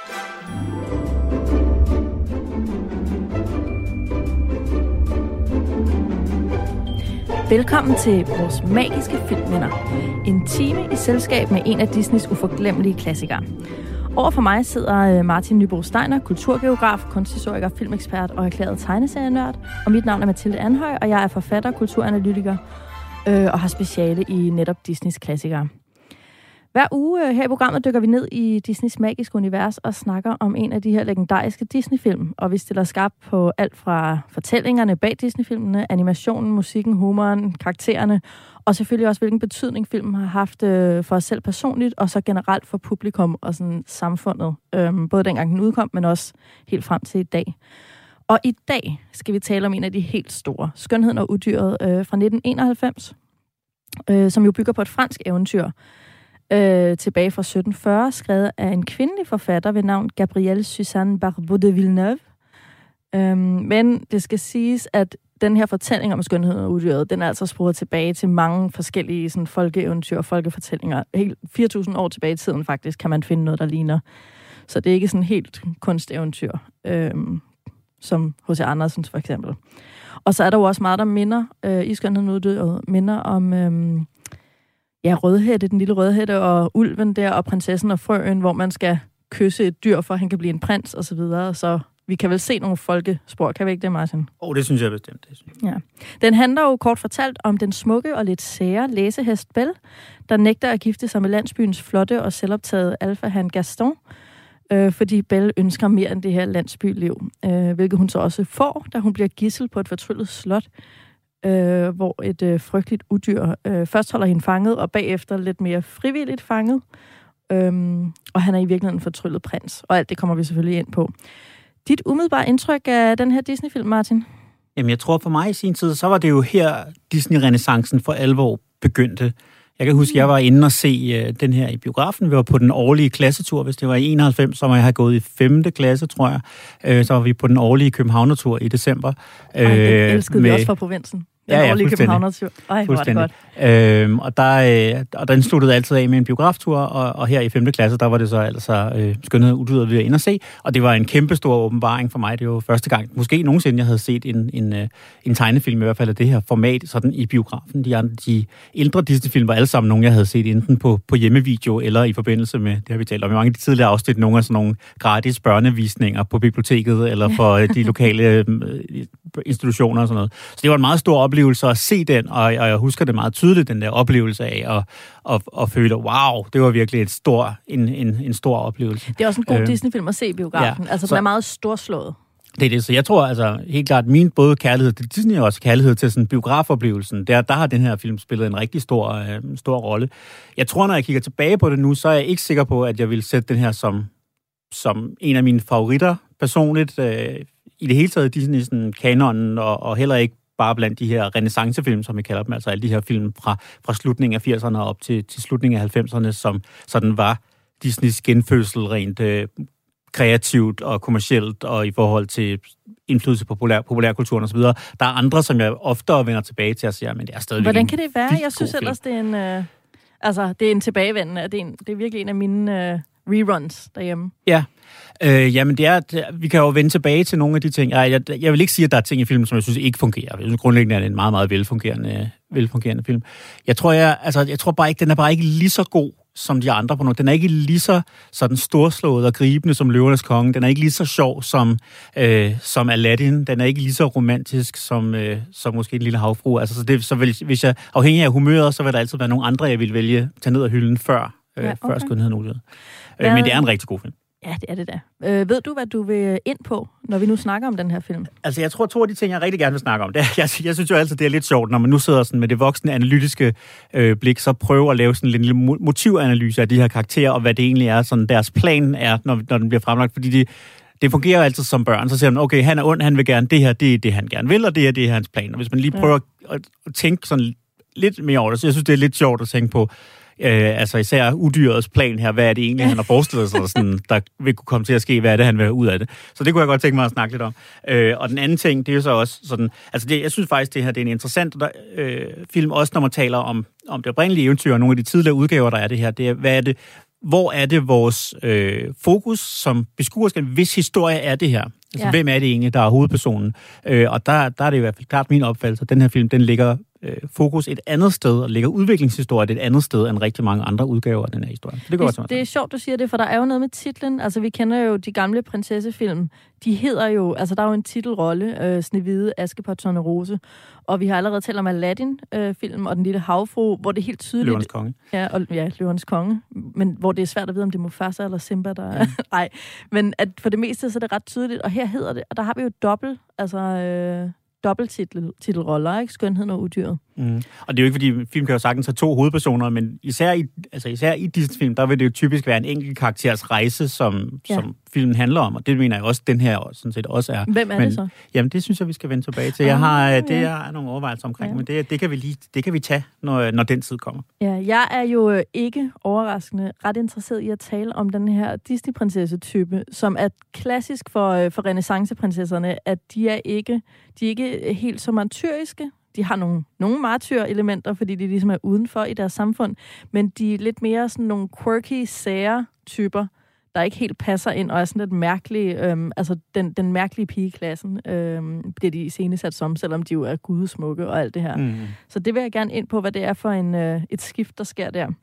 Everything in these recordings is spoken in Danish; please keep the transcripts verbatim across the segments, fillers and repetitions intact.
Velkommen til vores magiske filmminder. En time i selskab med en af Disneys uforglemmelige klassikere. Over for mig sidder Martin Nybo Steiner, kulturgeograf, kunsthistoriker, filmekspert og erklæret tegneserienørd. Og mit navn er Mathilde Anhøj, og jeg er forfatter, kulturanalytiker øh, og har speciale i netop Disneys klassikere. Hver uge øh, her i programmet dykker vi ned i Disneys magiske univers og snakker om en af de her legendariske Disney-film. Og vi stiller skarpt på alt fra fortællingerne bag Disney-filmene, animationen, musikken, humoren, karaktererne, og selvfølgelig også, hvilken betydning filmen har haft øh, for os selv personligt, og så generelt for publikum og sådan samfundet. Øh, både dengang den udkom, men også helt frem til i dag. Og i dag skal vi tale om en af de helt store, Skønheden og Udyret øh, fra nitten enoghalvfems, øh, som jo bygger på et fransk eventyr, Øh, tilbage fra sytten fyrre, skrevet af en kvindelig forfatter ved navn Gabrielle Suzanne Barbeau de Villeneuve. Øhm, men det skal siges, at den her fortælling om Skønheden og Udyret, den er altså sporet tilbage til mange forskellige sådan, folkeeventyr og folkefortællinger. Helt fire tusind år tilbage i tiden faktisk kan man finde noget, der ligner. Så det er ikke sådan helt kunsteventyr, øhm, som H C Andersens for eksempel. Og så er der jo også meget, der minder øh, i Skønheden og Udyret, minder om... Øhm, Ja, Rødhætte, den lille Rødhætte, og ulven der, og prinsessen og frøen, hvor man skal kysse et dyr, for at han kan blive en prins, og så videre. Så vi kan vel se nogle folkespor, kan vi ikke det, Martin? Åh, oh, det synes jeg bestemt. Det synes jeg. Ja. Den handler jo kort fortalt om den smukke og lidt sære læsehest Belle, der nægter at gifte sig med landsbyens flotte og selvoptagede alfahan Gaston, øh, fordi Belle ønsker mere end det her landsbyliv, øh, hvilket hun så også får, da hun bliver gidsel på et fortryllet slot, Øh, hvor et øh, frygteligt udyr øh, først holder hende fanget, og bagefter lidt mere frivilligt fanget. Øhm, og han er i virkeligheden en fortryllet prins. Og alt det kommer vi selvfølgelig ind på. Dit umiddelbare indtryk af den her Disney-film, Martin? Jamen, jeg tror for mig i sin tid, så var det jo her Disney-renæssancen for alvor begyndte. Jeg kan huske, at jeg var inde og se uh, den her i biografen. Vi var på den årlige klassetur. Hvis det var i enoghalvfems, så må jeg have gået i femte klasse, tror jeg. Uh, så var vi på den årlige Københavnertur i december. Ej, det elskede med... vi også fra provinsen. Den ja, ja, årlige Københavnertur. Ej, hvor var det godt. Øhm, og, der, øh, og den sluttede altid af med en biograftur, og, og her i femte klasse, der var det så altså øh, Skønheden og Udyret, vi var inde og se. Og det var en kæmpe stor åbenbaring for mig. Det var første gang, måske nogensinde, jeg havde set en, en, øh, en tegnefilm, i hvert fald af det her format, sådan i biografen. De, andre, de ældre Disney-film var alle sammen nogle, jeg havde set enten på, på hjemmevideo, eller i forbindelse med, det har vi talt om i mange af de tidligere afsnit, nogle af sådan nogle gratis børnevisninger på biblioteket, eller for de lokale øh, institutioner og sådan noget. Så det var en meget stor oplevelse at se den, og, og jeg husker det meget tydeligt, den der oplevelse af at, at, at føle, wow, det var virkelig et stor, en, en, en stor oplevelse. Det er også en god øh, Disney-film at se i biografen. Ja, altså, den er meget storslået. Det er det, så jeg tror altså helt klart, min både kærlighed til Disney og også kærlighed til sådan biografoplevelsen, der, der har den her film spillet en rigtig stor, øh, stor rolle. Jeg tror, når jeg kigger tilbage på det nu, så er jeg ikke sikker på, at jeg vil sætte den her som, som en af mine favoritter personligt. Øh, I det hele taget Disney-kanonen, og, og heller ikke bare blandt de her renæssancefilm, som vi kalder dem, altså alle de her film fra, fra slutningen af firserne og op til, til slutningen af halvfemserne, som sådan var Disneys genfødsel rent øh, kreativt og kommercielt, og i forhold til indflydelse på populær, populærkulturen osv. Der er andre, som jeg oftere vender tilbage til at sige, men det er stadig. Hvordan kan det være? Jeg synes ellers, det er en, øh, altså, det er en tilbagevendende, det er, en, det er virkelig en af mine øh, reruns derhjemme. Ja. Øh, jamen, det er, det, vi kan jo vende tilbage til nogle af de ting. Jeg, jeg, jeg vil ikke sige, at der er ting i filmen, som jeg synes ikke fungerer. Jeg synes grundlæggende, er det en meget, meget velfungerende, velfungerende film. Jeg tror, jeg, altså, jeg tror bare ikke, den er bare ikke lige så god som de andre på noget. Den er ikke lige så sådan storslået og gribende som Løvernes Konge. Den er ikke lige så sjov som, øh, som Aladdin. Den er ikke lige så romantisk som, øh, som måske En Lille Havfrue. Altså, så det, så vil, hvis jeg afhængig af humøret, så vil der altid være nogle andre, jeg vil vælge tage ned af hylden før, øh, ja, okay. før Skønheden og Udyret. Øh, men det er en rigtig god film. Ja, det er det da. Øh, ved du, hvad du vil ind på, når vi nu snakker om den her film? Altså, jeg tror, to af de ting, jeg rigtig gerne vil snakke om, det er, jeg, jeg synes jo altid, det er lidt sjovt, når man nu sidder sådan med det voksne analytiske øh, blik, så prøver at lave sådan en lille motivanalyse af de her karakterer, og hvad det egentlig er, sådan deres plan er, når, når den bliver fremlagt, fordi de, det fungerer jo altid som børn, så siger man, okay, han er ond, han vil gerne det her, det er det, han gerne vil, og det her, det er hans plan. Og hvis man lige prøver ja. at, at tænke sådan lidt mere over det, så jeg synes, det er lidt sjovt at tænke på, Øh, altså især udyrets plan her, hvad er det egentlig, han har forestillet sig, sådan, der vil kunne komme til at ske, hvad er det, han vil have ud af det. Så det kunne jeg godt tænke mig at snakke lidt om. Øh, og den anden ting, det er jo så også sådan, altså det, jeg synes faktisk, det her det er en interessant øh, film, også når man taler om, om det oprindelige eventyr, og nogle af de tidligere udgaver, der er det her, det er, hvad er det, hvor er det vores øh, fokus som beskuer skal, hvis historie er det her? Altså, ja. Hvem er det egentlig, der er hovedpersonen? Øh, og der, der er det i hvert fald klart min opfattelse, at den her film, den ligger øh, fokus et andet sted, og ligger udviklingshistorie et andet sted, end rigtig mange andre udgaver af den her historie. Så det, går det, også, det er sjovt, du siger det, for der er jo noget med titlen. Altså, vi kender jo de gamle prinsessefilm. De hedder jo, altså der er jo en titelrolle, øh, Snehvide, Askepot, Tornerose. Og vi har allerede talt om Aladdin-film øh, og Den Lille Havfrue, hvor det er helt tydeligt... Løvernes Konge. Ja, og, ja, Løvernes Konge. Men hvor det er svært at vide, om det er Mufasa eller Simba, der er... Nej, men at for det meste så er det ret tydeligt. Og her hedder det, og der har vi jo dobbelt, altså... Øh, dobbelttitelroller, ikke? Skønheden og udyret. Mm. Og det er jo ikke, fordi film kan jo sagtens have to hovedpersoner, men især i, altså især i Disney-film, der vil det jo typisk være en enkelt karakters rejse, som, ja. som filmen handler om, og det mener jeg også, den her sådan set også er. Hvem er men, det så? Jamen, det synes jeg, vi skal vende tilbage til. Jeg har, ah, det ja. er nogle overvejelser omkring, ja. men det, det, kan vi lige, det kan vi tage, når, når den tid kommer. Ja, jeg er jo ikke overraskende ret interesseret i at tale om den her Disney-prinsesse-type, som er klassisk for, for renaissanceprinsesserne, at de er ikke, de er ikke helt så martyriske. De har nogle, nogle martyr-elementer, fordi de ligesom er udenfor i deres samfund, men de er lidt mere sådan nogle quirky, sære typer, der ikke helt passer ind, og er sådan lidt mærkelige, øhm, altså den, den mærkelige pigeklassen, øhm, bliver de iscenesat som, selvom de jo er gudesmukke og alt det her. Mm. Så det vil jeg gerne ind på, hvad det er for en, øh, et skift, der sker der.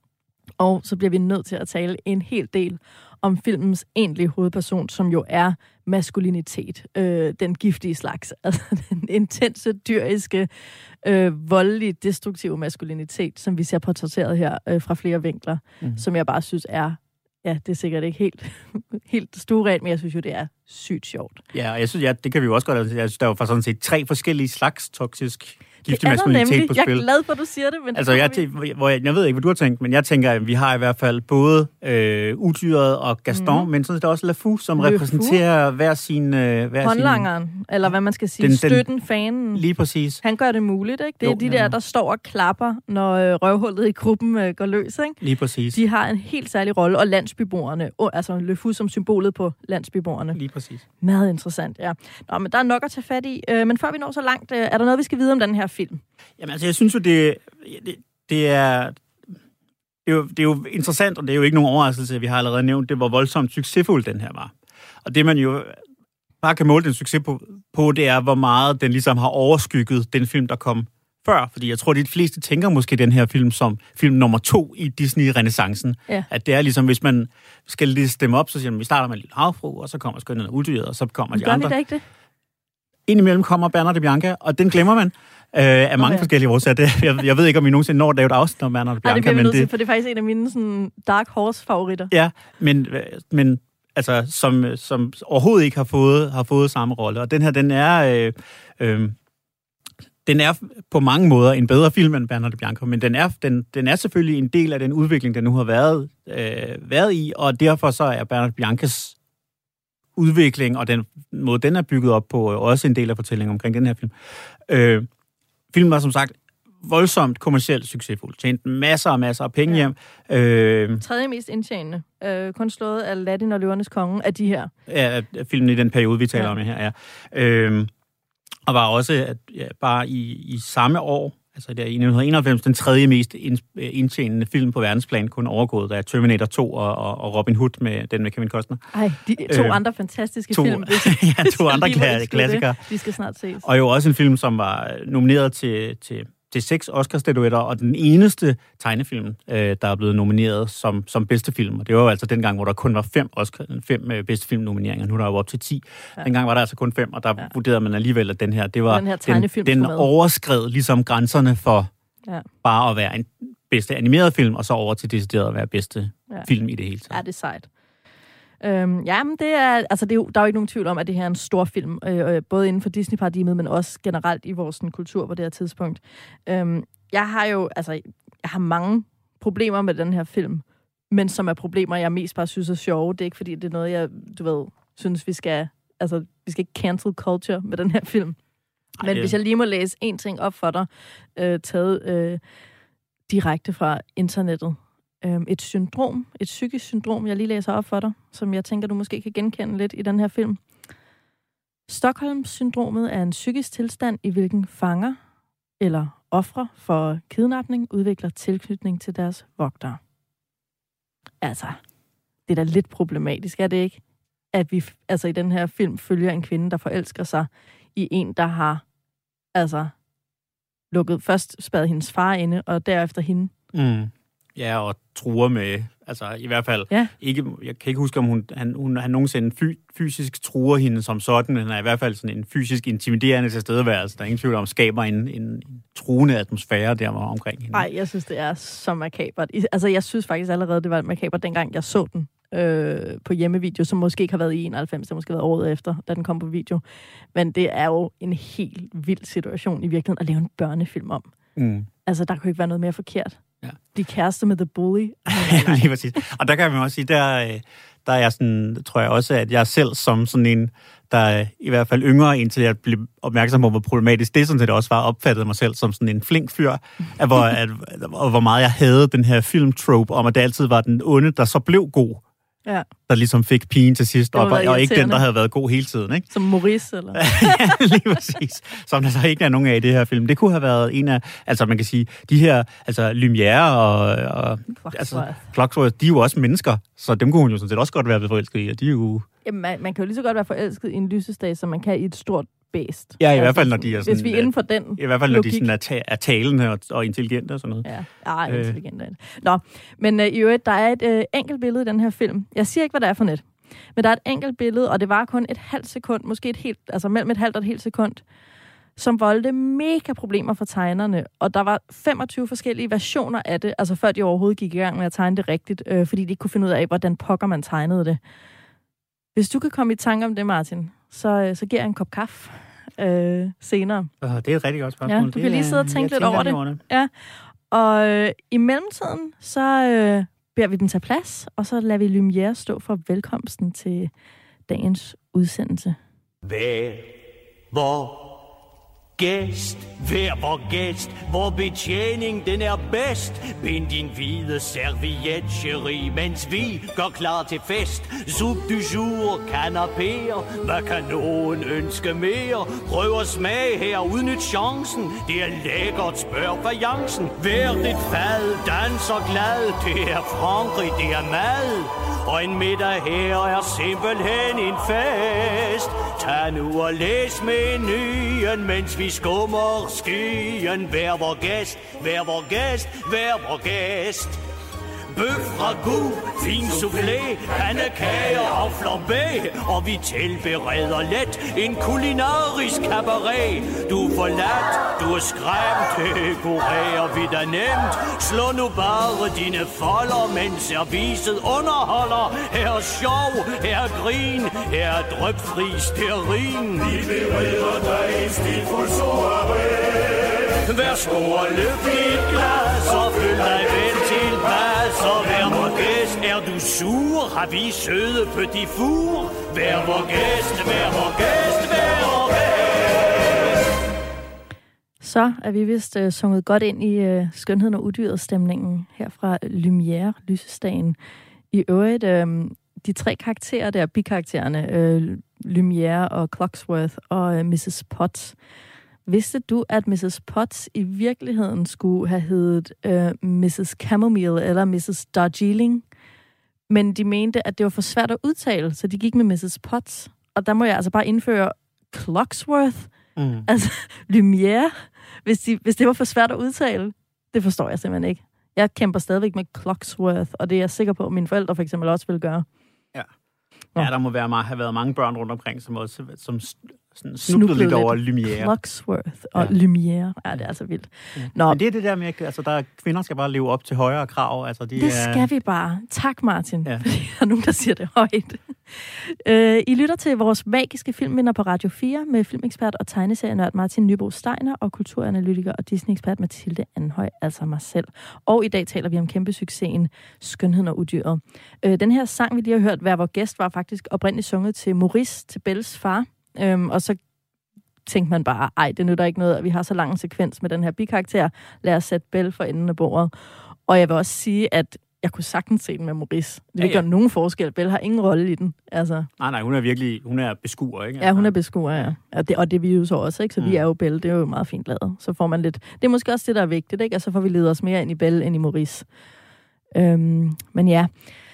Og så bliver vi nødt til at tale en hel del om filmens egentlige hovedperson, som jo er maskulinitet. Øh, den giftige slags. Altså den intense, dyriske, øh, voldelige, destruktive maskulinitet, som vi ser portrætteret her øh, fra flere vinkler, mm. som jeg bare synes er, ja, det er sikkert ikke helt, helt stuerent, men jeg synes jo, det er sygt sjovt. Ja, og jeg synes, ja, det kan vi jo også godt. Jeg synes, der er jo for sådan set tre forskellige slags toksisk giftig maskulinitet på spil. Jeg er glad for, at du siger det. Men altså, jeg, t- hvor jeg, jeg ved ikke, hvad du har tænkt, men jeg tænker, at vi har i hvert fald både øh, Udyret og Gaston, mm. men sådan set også LeFou, som Le repræsenterer Fou. hver sin... Øh, hver håndlangeren, sin, eller hvad man skal sige, den, støtten, fanen. Lige præcis. Han gør det muligt, ikke? Det er jo, de der, der står og klapper, når øh, røvhullet i gruppen øh, går løs, ikke? Lige præcis. De har en helt særlig rolle, og landsbyboerne, oh, altså LeFou som symbolet på landsbyboerne. Lige præcis. Meget interessant, ja. Nå, men der er nok at tage fat i, øh, men før vi når så langt, øh, er der noget, vi skal vide om den her film? Jamen altså, jeg synes jo, det, det, det, er, det, er jo, det er jo interessant, og det er jo ikke nogen overraskelse, at vi har allerede nævnt, det hvor voldsomt succesfuld den her var. Og det man jo bare kan måle den succes på, på, det er, hvor meget den ligesom har overskygget den film, der kom før. Fordi jeg tror, at de fleste tænker måske den her film som film nummer to i Disney-renaissancen. Ja. At det er ligesom, hvis man skal liste dem op, så siger man, vi starter med Lille Havfrue, og så kommer Skønheden og Udyret, og så kommer de Gør andre. Gør vi da ikke det? Indimellem kommer Bernard og Bianca, og den glemmer man. Øh, af mange okay. forskellige årsager. Jeg, jeg ved ikke, om I nogensinde når at lave et afsnit om Bernard og Bianca. Ja, det bliver vi nødt til, det... for det er faktisk en af mine sådan, Dark Horse-favoritter. Ja, men, men altså, som, som overhovedet ikke har fået, har fået samme rolle. Og den her, den er, øh, øh, den er på mange måder en bedre film end Bernard og Bianca, men den er, den, den er selvfølgelig en del af den udvikling, den nu har været, øh, været i, og derfor så er Bernard og Biancas udvikling, og den måde, den er bygget op på, også en del af fortællingen omkring den her film. Øh, Filmen var som sagt voldsomt kommercielt succesfuld. Tjente masser og masser af penge hjem. Ja. Øh, Tredje mest indtjenende. Øh, kun slået af Aladdin og Løvernes Konge af de her. Ja, filmen i den periode, vi taler ja. om her, ja. Øh, og var også at, ja, bare i, i samme år, altså der i nitten enoghalvfems, den tredje mest indtjenende film på verdensplan, kun overgået af Terminator to og, og, og Robin Hood, med den med Kevin Costner. Ej, de to øh, andre fantastiske to, film. ja, to andre kla- klassikere. De skal snart ses. Og jo også en film, som var nomineret til, til, til seks Oscar-statuetter, og den eneste tegnefilm, øh, der er blevet nomineret som, som bedste film. Og det var jo altså dengang, hvor der kun var fem, Oscar, fem øh, bedste filmnomineringer. Nu er der jo op til ti. Ja. Dengang var der altså kun fem, og der ja. vurderede man alligevel, at den her, det var den, her tegnefilm, den, den overskred ligesom grænserne for ja. bare at være en bedste animeret film, og så over til decideret at være bedste ja. film i det hele taget. Ja, det er sejt. Øhm, ja, men det er, altså det er jo, der er jo ikke nogen tvivl om, at det her er en stor film, øh, både inden for Disney-paradigmet, men også generelt i vores sådan, kultur på det her tidspunkt. Øhm, jeg har jo, altså, jeg har mange problemer med den her film, men som er problemer, jeg mest bare synes er sjove. Det er ikke fordi, det er noget, jeg, du ved, synes, vi skal, altså, vi skal ikke cancel culture med den her film. Men Ej, hvis jeg lige må læse en ting op for dig, øh, taget øh, direkte fra internettet. Et syndrom, et psykisk syndrom, jeg lige læser op for dig, som jeg tænker, du måske kan genkende lidt i den her film. Stockholm-syndromet er en psykisk tilstand, i hvilken fanger eller ofre for kidnapning udvikler tilknytning til deres vogtere. Altså, det er da lidt problematisk, er det ikke? At vi altså i den her film følger en kvinde, der forelsker sig i en, der har altså lukket først spadet hendes far inde, og derefter hende. Mm. Ja, og truer med, altså i hvert fald, ja. ikke, jeg kan ikke huske, om hun, han, hun, han nogensinde fy, fysisk truer hende som sådan, men han er i hvert fald sådan en fysisk intimiderende tilstedeværelse, der er ingen tvivl om, skaber en, en truende atmosfære der omkring hende. Nej, jeg synes, det er så makabert. Altså, jeg synes faktisk allerede, det var makabert, dengang jeg så den øh, på hjemmevideo, som måske ikke har været i enoghalvfems, det måske har været året efter, da den kom på video. Men det er jo en helt vild situation i virkeligheden at lave en børnefilm om. Mm. Altså, der kunne ikke være noget mere forkert. Ja. De kærester med The Bully. Ja, lige præcis. Og der kan man også sige, der, der er jeg sådan, tror jeg også, at jeg selv som sådan en, der i hvert fald yngre, indtil jeg blev opmærksom på, hvor problematisk det sådan set også var, opfattede mig selv som sådan en flink fyr, at hvor, at, og hvor meget jeg havde den her filmtrope om, at det altid var den onde, der så blev god. Ja. Der ligesom fik pigen til sidst, og, og ikke den, der havde været god hele tiden. Ikke? Som Maurice, eller? Ja, lige præcis. Som der så ikke er nogen af i det her film. Det kunne have været en af, altså man kan sige, de her, altså Lumière og, og altså, Clockworth, de er jo også mennesker, så dem kunne hun jo sådan set også godt være forelsket i, og de er jo... Jamen, man, man kan jo lige så godt være forelsket i en lysestage, som man kan i et stort bæst. Ja, i altså, hvert fald, når de er sådan... Hvis vi er inden for den I hvert fald, når logik. De sådan er, ta- er talende og, og intelligente og sådan noget. Ja, ja øh. intelligente. Nå, men øh, i øvrigt, der er et øh, enkelt billede i den her film. Jeg siger ikke, hvad det er for net. Men der er et enkelt billede, og det var kun et halvt sekund, måske et helt, altså mellem et halvt og et helt sekund, som voldte mega problemer for tegnerne. Og der var femogtyve forskellige versioner af det, altså før de overhovedet gik i gang med at tegne det rigtigt, øh, fordi de ikke kunne finde ud af, hvordan pokker man tegnede det. Hvis du kan komme i tanke om det, Martin, så, så giver jeg en kop kaffe øh, senere. Uh, det er et rigtig godt spørgsmål. Ja, du det kan lige sidde og tænke lidt over det. det. Ja. Og øh, i mellemtiden, så øh, beder vi den tage plads, og så lader vi Lumière stå for velkomsten til dagens udsendelse. Vær hvor gæst, vær vor gæst, hvor betjening den er bedst. Bind din hvide serviet, chérie, mens vi går klar til fest. Soup du jour, canapéer, hvad kan nogen ønske mere? Prøv at smage her, udnyt chancen, det er lækkert, spørg fajancen. Vær dit fad, danser glad, det er Frankrig, det er mad. Og en middag her er simpelthen en fest. Tag nu og læs menuen, mens vi skummer skyen. Vær vor gæst, vær vor gæst, vær vor gæst. Bøf, ragout, fin soufflé, pandekager og flambé. Og vi tilbereder let en kulinarisk cabaret. Du er forladt, du er skræmt, dekorerer vi da nemt. Slå nu bare dine folder, mens servicet underholder. Her er sjov, her er grin, her er drypfri stearin. Vi bereder dig en stilfuld soirée. Værsgo og løft dit glas og føl dig vel tilpas. Og vær vor gæst, er du sur? Har vi søde petit four? Vær vor gæst, vær vor gæst, vær vor gæst. Så er vi vist uh, sunget godt ind i uh, skønheden og udyret stemningen her fra Lumière, lysestagen. I øvrigt, uh, de tre karakterer der, bikaraktererne, uh, Lumière og Clockworth og uh, missus Potts. Vidste du, at missus Potts i virkeligheden skulle have heddet uh, missus Chamomile eller missus Darjeeling? Men de mente, at det var for svært at udtale, så de gik med missus Potts. Og der må jeg altså bare indføre Clockworth, mm. altså Lumière, hvis, de, hvis det var for svært at udtale. Det forstår jeg simpelthen ikke. Jeg kæmper stadigvæk med Clockworth, og det er jeg sikker på, at mine forældre for eksempel også vil gøre. Ja, ja der må være, have været mange børn rundt omkring, som også som sådan snublede lidt over Lumière. Clockworth og ja. Lumière. Ja, det er altså vildt. Ja. Nå. Men det er det der med, altså der kvinder skal bare leve op til højere krav. Altså, de det er... skal vi bare. Tak, Martin. Ja. Fordi der er nogen, der siger det højt. uh, I lytter til vores magiske filmvinder på Radio fire med filmekspert og tegneserienørd Martin Nybo Steiner og kulturanalytiker og Disney-ekspert Mathilde Anhøj, altså mig selv. Og i dag taler vi om kæmpe succesen Skønheden og udyret. Uh, den her sang, vi lige har hørt, Hver vor gæst, var faktisk oprindeligt sunget til Maurice, til Belles far. Øhm, og så tænkte man bare, ej, det nytter ikke noget, at vi har så lang en sekvens med den her bikarakter. Lad os sætte Belle for enden af bordet. Og jeg vil også sige, at jeg kunne sagtens se den med Maurice. Det vil ja, ja. gøre nogen forskel. Belle har ingen rolle i den. Altså. Nej, nej, hun er virkelig, hun er beskuer, ikke? Ja, hun er beskuer, ja. Og det, og det er vi jo så også, ikke? Så mm. vi er jo Belle, det er jo meget fint lavet. Så får man lidt, det er måske også det, der er vigtigt, ikke? Og så får vi ledet os mere ind i Belle, end i Maurice. Øhm, men ja,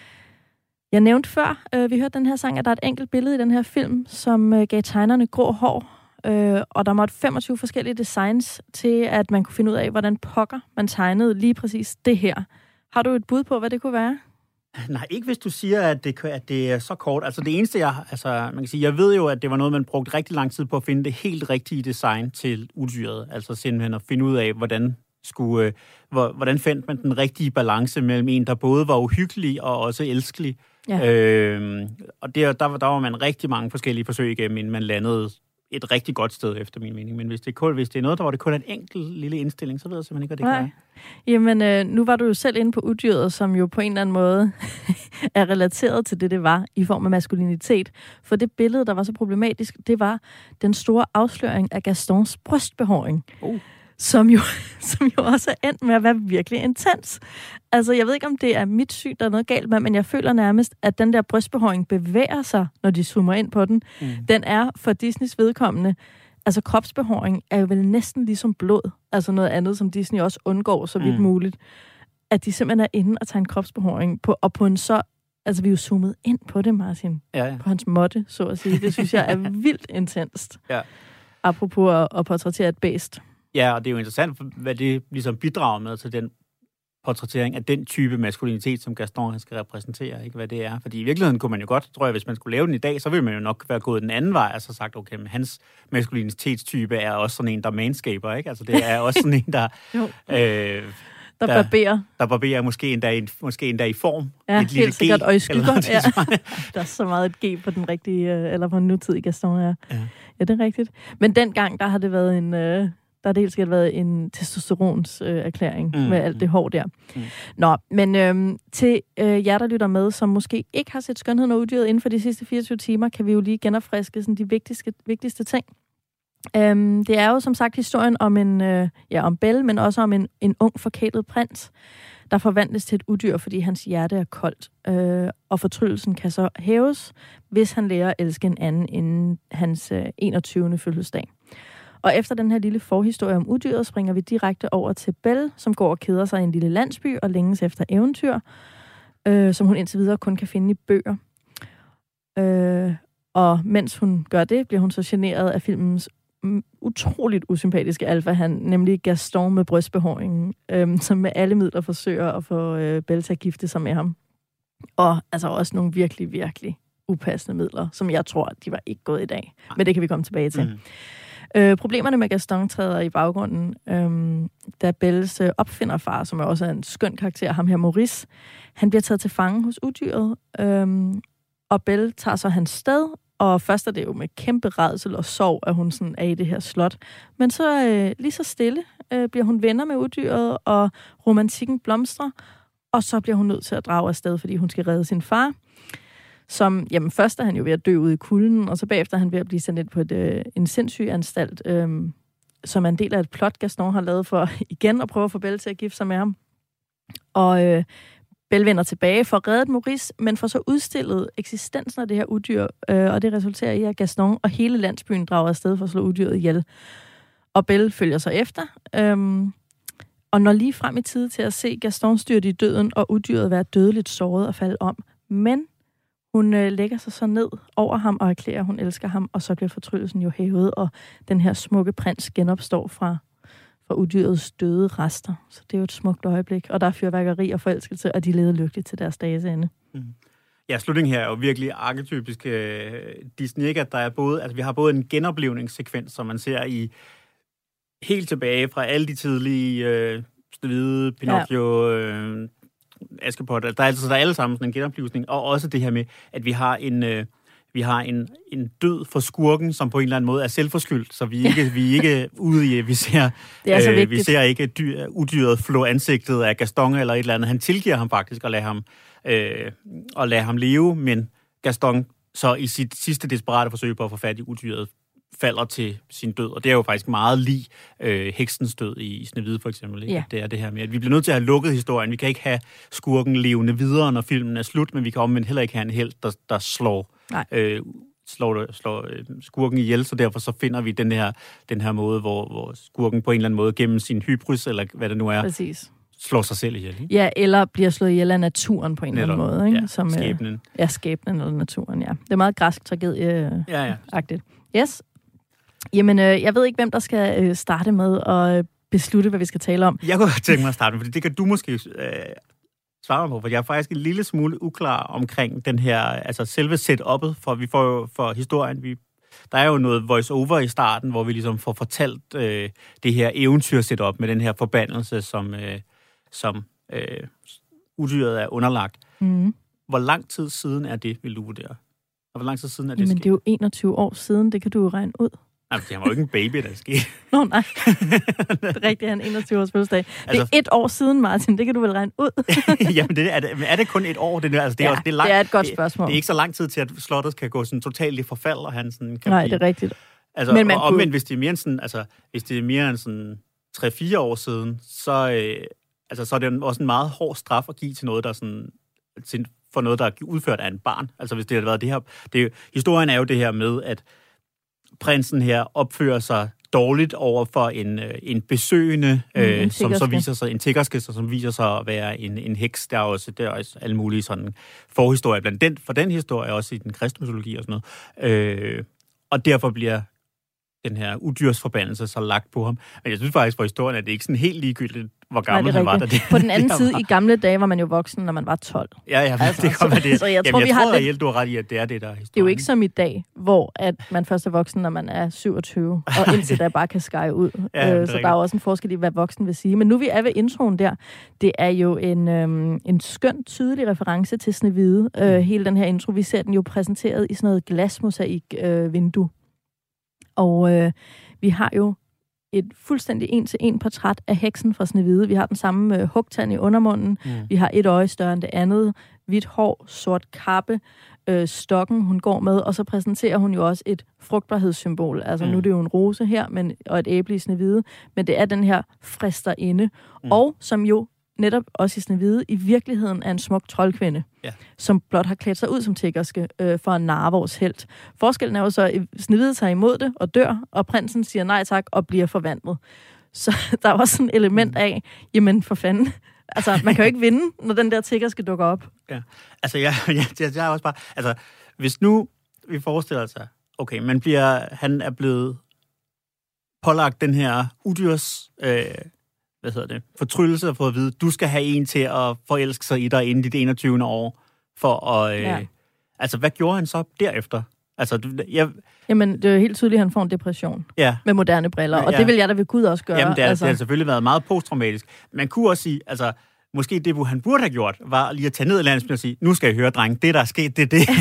jeg nævnte før, øh, vi hørte den her sang, at der er et enkelt billede i den her film, som øh, gav tegnerne grå hår, øh, og der måtte femogtyve forskellige designs til, at man kunne finde ud af, hvordan pokker man tegnede lige præcis det her. Har du et bud på, hvad det kunne være? Nej, ikke hvis du siger, at det, at det er så kort. Altså det eneste, jeg... Altså, man kan sige, jeg ved jo, at det var noget, man brugte rigtig lang tid på at finde det helt rigtige design til udyret. Altså simpelthen at finde ud af, hvordan skulle... Øh, hvordan fandt man den rigtige balance mellem en, der både var uhyggelig og også elskelig. Ja. Øh, og der, der, der var man rigtig mange forskellige forsøg igennem, inden man landede et rigtig godt sted, efter min mening. Men hvis det er, kun, hvis det er noget, der var det kun en enkelt lille indstilling, så ved jeg simpelthen ikke, hvad det kan være. Jamen, øh, nu var du jo selv inde på udyret, som jo på en eller anden måde er relateret til det, det var, i form af maskulinitet. For det billede, der var så problematisk, det var den store afsløring af Gastons brystbehåring. Uh. Som jo, som jo også er endt med at være virkelig intens. Altså, jeg ved ikke, om det er mit syn, der er noget galt med, men jeg føler nærmest, at den der brystbehåring bevæger sig, når de zoomer ind på den. Mm. Den er for Disneys vedkommende, altså kropsbehåring er jo vel næsten ligesom blod. Altså noget andet, som Disney også undgår så vidt mm. muligt. At de simpelthen er inde og tager en kropsbehåring på, og på en så... Altså, vi er jo zoomet ind på det, Martin. Ja, ja. På hans måtte, så at sige. Det synes jeg er vildt intenst. Ja. Apropos at, at portrættere et bæst. Ja, og det er jo interessant, hvad det ligesom bidrager med til den portrættering af den type maskulinitet, som Gaston han skal repræsentere, ikke hvad det er. Fordi i virkeligheden kunne man jo godt, tror jeg, hvis man skulle lave den i dag, så ville man jo nok være gået den anden vej, og så sagt, okay, men hans maskulinitetstype er også sådan en, der manscaper, ikke? Altså det er også sådan en, der... øh, der, der barberer. Der barberer måske endda i, måske endda i form. Ja, et lille helt sikkert, G, og i skygger. Ja. Der er så meget et G på den rigtige, eller på en nutidig Gaston, ja. Ja, ja det er rigtigt. Men dengang, der har det været en... Øh, Der har det helt sikkert været en testosterons øh, erklæring mm. med alt det hår der. Mm. Nå, men øhm, til øh, jer, der lytter med, som måske ikke har set Skønheden og Udyret inden for de sidste fireogtyve timer, kan vi jo lige genopfriske sådan, de vigtigste, vigtigste ting. Øhm, det er jo som sagt historien om en øh, ja, om Belle, men også om en, en ung forkælet prins, der forvandles til et udyr, fordi hans hjerte er koldt. Øh, og fortryllelsen kan så hæves, hvis han lærer at elske en anden inden hans øh, enogtyvende fødselsdag. Og efter den her lille forhistorie om udyret, springer vi direkte over til Belle, som går og keder sig i en lille landsby og længes efter eventyr, øh, som hun indtil videre kun kan finde i bøger. Øh, og mens hun gør det, bliver hun så generet af filmens utroligt usympatiske alfahan, nemlig Gaston med brystbehåringen, øh, som med alle midler forsøger at få øh, Belle til at gifte sig med ham. Og altså også nogle virkelig, virkelig upassende midler, som jeg tror, de var ikke gået i dag. Men det kan vi komme tilbage til. Mm. Øh, problemerne med Gaston træder i baggrunden, øhm, da Belles øh, opfinderfar, som er også en skøn karakter, ham her Maurice, han bliver taget til fange hos udyret, øhm, og Belle tager så hans sted, og først er det jo med kæmpe rædsel og sorg, at hun sådan er i det her slot. Men så øh, lige så stille øh, bliver hun venner med udyret, og romantikken blomstrer, og så bliver hun nødt til at drage afsted, fordi hun skal redde sin far. Som, jamen først er han jo ved at dø ude i kulden, og så bagefter er han ved at blive sendt ind på et, øh, en sindssyg anstalt, øh, som er en del af et plot, Gaston har lavet for igen at prøve at få Belle til at gifte sig med ham. Og øh, Belle vender tilbage for at redde Maurice, men får så udstillet eksistensen af det her udyr, øh, og det resulterer i, at Gaston og hele landsbyen drager afsted for at slå udyret ihjel. Og Belle følger så efter, øh, og når lige frem i tid til at se Gaston styrte i døden, og udyret være dødeligt såret og falde om. Men hun øh, lægger sig så ned over ham og erklærer, at hun elsker ham, og så bliver fortryllelsen jo hævet, og den her smukke prins genopstår fra, fra udyrets døde rester. Så det er jo et smukt øjeblik, og der er fyrværkeri og forelskelse, og de leder lykkeligt til deres dages ende. Mm. Ja, slutningen her er jo virkelig arketypisk uh, Disney, ikke? At der er både, altså vi har både en genoplevningssekvens, som man ser i helt tilbage fra alle de tidlige uh, Snehvide, Pinocchio, ja. uh, Askepot, der er altså der er alle sammen sådan en genoplivning, og også det her med, at vi har en øh, vi har en, en død for skurken, som på en eller anden måde er selvforskyldt, så vi ikke vi ikke ude i vi ser øh, vi ser ikke dyr, udyret flå ansigtet af Gaston eller et eller andet. Han tilgiver ham faktisk og lader ham øh, og lader ham leve, men Gaston så i sit sidste desperate forsøg på at få fat i udyret falder til sin død, og det er jo faktisk meget lig øh, heksens død i Snehvide for eksempel. Ikke? Ja. Det er det her med, at vi bliver nødt til at have lukket historien. Vi kan ikke have skurken levende videre, når filmen er slut, men vi kan omvendt heller ikke have en helt, der, der slår, øh, slår, slår øh, skurken ihjel, så derfor så finder vi den her, den her måde, hvor, hvor skurken på en eller anden måde gennem sin hybris, eller hvad det nu er, Præcis. slår sig selv ihjel, ikke? Ja, eller bliver slået ihjel af naturen på en Netop. eller anden måde. Ikke? Ja, Som, skæbnen. Øh, ja, skæbnen eller naturen, ja. Det er meget græsk tragedie-agtigt. Ja, ja. Yes. Jamen, øh, jeg ved ikke, hvem der skal øh, starte med at beslutte, hvad vi skal tale om. Jeg kunne tænke mig at starte med, fordi det kan du måske øh, svare mig på, for jeg er faktisk en lille smule uklar omkring den her, altså selve setup'et, for vi får jo for historien, vi, der er jo noget voice-over i starten, hvor vi ligesom får fortalt øh, det her eventyr-setup med den her forbandelse, som, øh, som øh, udyret er underlagt. Mm. Hvor lang tid siden er det, vil du vurdere? Og hvor lang tid siden er det Jamen, sket? det er jo enogtyve år siden, det kan du jo regne ud. Nej, det var jo ikke en baby, der skete. Nå, nej. Det er rigtigt, han enogtyve års fødselsdag. Altså, det er et år siden, Martin. Det kan du vel regne ud. Jamen, det er, det, er det kun et år? Det er, altså, det er, ja, også, det er, langt, det er et godt spørgsmål. Det, det er ikke så lang tid til, at slottet kan gå sådan totalt i forfald, og han sådan kan Nej, blive... det er rigtigt. Altså, Men man og omvendt, kunne... hvis det er mere end sådan, altså, hvis det er mere end sådan tre fire år siden, så, øh, altså, så er det også en meget hård straf at give til noget, der sådan... Til, for noget, der er udført af en barn. Altså, hvis det har været det her... Det, historien er jo det her med, at prinsen her opfører sig dårligt over for en, en besøgende, mm, øh, en som så viser sig, en tiggerske, som viser sig at være en, en heks. Der er også, der er også alle mulige sådan forhistorier blandt den, for den historie, også i den kristne mytologi og sådan noget. Øh, og derfor bliver den her udyrsforbandelse så lagt på ham. Men jeg synes faktisk for historien, at det ikke sådan helt ligegyldigt, hvor gammel Nej, han var. Der det, på den anden side, var... i gamle dage var man jo voksen, når man var tolv. Ja, ja, altså, det kommer det. Så jeg Jamen, tror, jeg vi tror, har reelt, du har ret i, at det er det, der er historien. Det er jo ikke som i dag, hvor at man først er voksen, når man er syvogtyve, og indtil der bare kan skære ud. Ja, øh, så der er jo også en forskel i, hvad voksen vil sige. Men nu vi er ved introen der, det er jo en, øhm, en skøn, tydelig reference til Snehvide. Øh, hele den her intro, vi ser den jo præsenteret i sådan noget glasmosaik-vindue. Øh, og øh, vi har jo et fuldstændig en-til-en portræt af heksen fra Snehvide. Vi har den samme øh, hugtand i undermunden. Mm. Vi har et øje større end det andet. Hvidt hår, sort kappe, øh, stokken, hun går med. Og så præsenterer hun jo også et frugtbarhedssymbol. Altså mm. nu er det jo en rose her, men, og et æble i Snehvide. Men det er den her fristerinde. Mm. Og som jo netop også i Snehvide i virkeligheden er en smuk troldkvinde, ja. Som blot har klædt sig ud som tiggerske øh, for at narre vores helt. Forskellen er jo så, at Snehvide tager imod det og dør, og prinsen siger nej tak og bliver forvandlet. Så der er også sådan et element af, jamen for fanden, altså man kan jo ikke vinde, når den der tiggerske dukker op. Ja, altså jeg, jeg, jeg, jeg er også bare, altså hvis nu vi forestiller os, okay, man bliver, han er blevet pålagt den her udyrs... Øh, hvad hedder det, fortryllelse for at vide, du skal have en til at forelske sig i dig inden dit enogtyvende år, for at, øh, ja. Altså, hvad gjorde han så derefter? Altså, jeg... Jamen, det er jo helt tydeligt, at han får en depression ja. Med moderne briller, og ja. Det vil jeg da ved Gud også gøre. Jamen, det, er, altså. Det har selvfølgelig været meget posttraumatisk. Man kunne også sige, altså, måske det, han burde have gjort, var lige at tage ned i landsbyen og sige, nu skal I høre, dreng, det der er sket, det er det.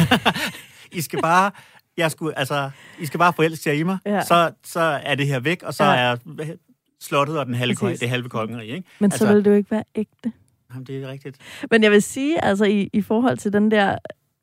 I skal bare... Jeg skulle, altså, I skal bare forelske jer i mig, ja. så, så er det her væk, og så ja. er... slottet og den halve, det halve kongerige, ikke? Men altså, så vil det jo ikke være ægte. Jamen, det er rigtigt. Men jeg vil sige, altså i, i forhold til den der,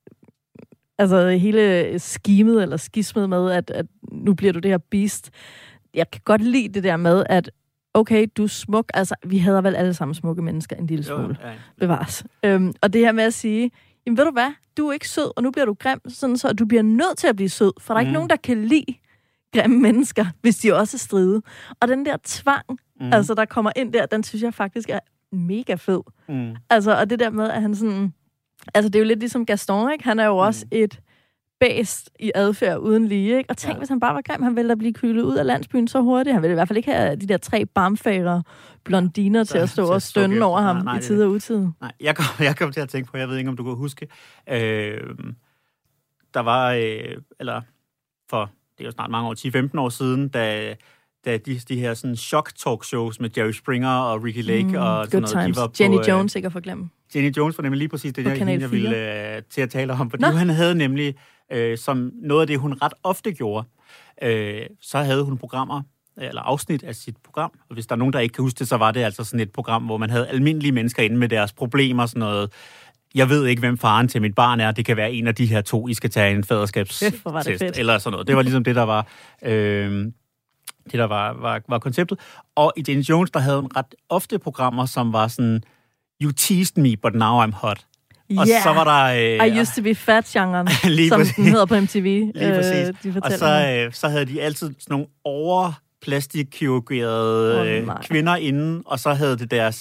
altså hele skimet eller skismet med, at, at nu bliver du det her beast. Jeg kan godt lide det der med, at okay, du er smuk. Altså, vi hader vel alle sammen smukke mennesker en lille smule. Jo, ja. Bevares. Øhm, og det her med at sige, jamen ved du hvad, du er ikke sød, og nu bliver du grim, sådan så du bliver nødt til at blive sød, for der er mm. ikke nogen, der kan lide grimme mennesker, hvis de også er stride. Og den der tvang, mm. altså der kommer ind der, den synes jeg faktisk er mega fed. Mm. Altså, og det der med, at han sådan... Altså, det er jo lidt ligesom Gaston, ikke? Han er jo mm. også et bæst i adfærd uden lige, ikke? Og tænk, ja. Hvis han bare var grim, han ville da blive kylet ud af landsbyen så hurtigt. Han ville i hvert fald ikke have de der tre barmfagre blondiner til at stå og stønne over ham nej, nej, i tid og utid. Nej, jeg kom, jeg kom til at tænke på, jeg ved ikke, om du kan huske, øh, der var, øh, eller for... det er jo snart mange år, ti til femten år siden, da, da de, de her sådan shock-talk-shows med Jerry Springer og Ricky Lake mm, og sådan noget, de var på... Jenny Jones, ikke at forglemme. Jenny Jones var nemlig lige præcis det, jeg, jeg ville uh, til at tale om, fordi Nå. han havde nemlig, uh, som noget af det, hun ret ofte gjorde, uh, så havde hun programmer, eller afsnit af sit program, og hvis der er nogen, der ikke kan huske det, så var det altså sådan et program, hvor man havde almindelige mennesker inde med deres problemer, sådan noget. Jeg ved ikke, hvem faren til mit barn er. Det kan være en af de her to, I skal tage en faderskabstest. Eller sådan noget. Det var ligesom det, der var, øh, det, der var, var, var konceptet. Og i Jenny Jones, der havde hun ret ofte programmer, som var sådan, you teased me, but now I'm hot. Og yeah. så var der... Øh, I used to be fat-genren, som præcis. Den hedder på M T V. Lige præcis. Øh, og så, øh, så havde de altid sådan nogle over plastikkirurgerede oh, kvinder inden, og så havde det deres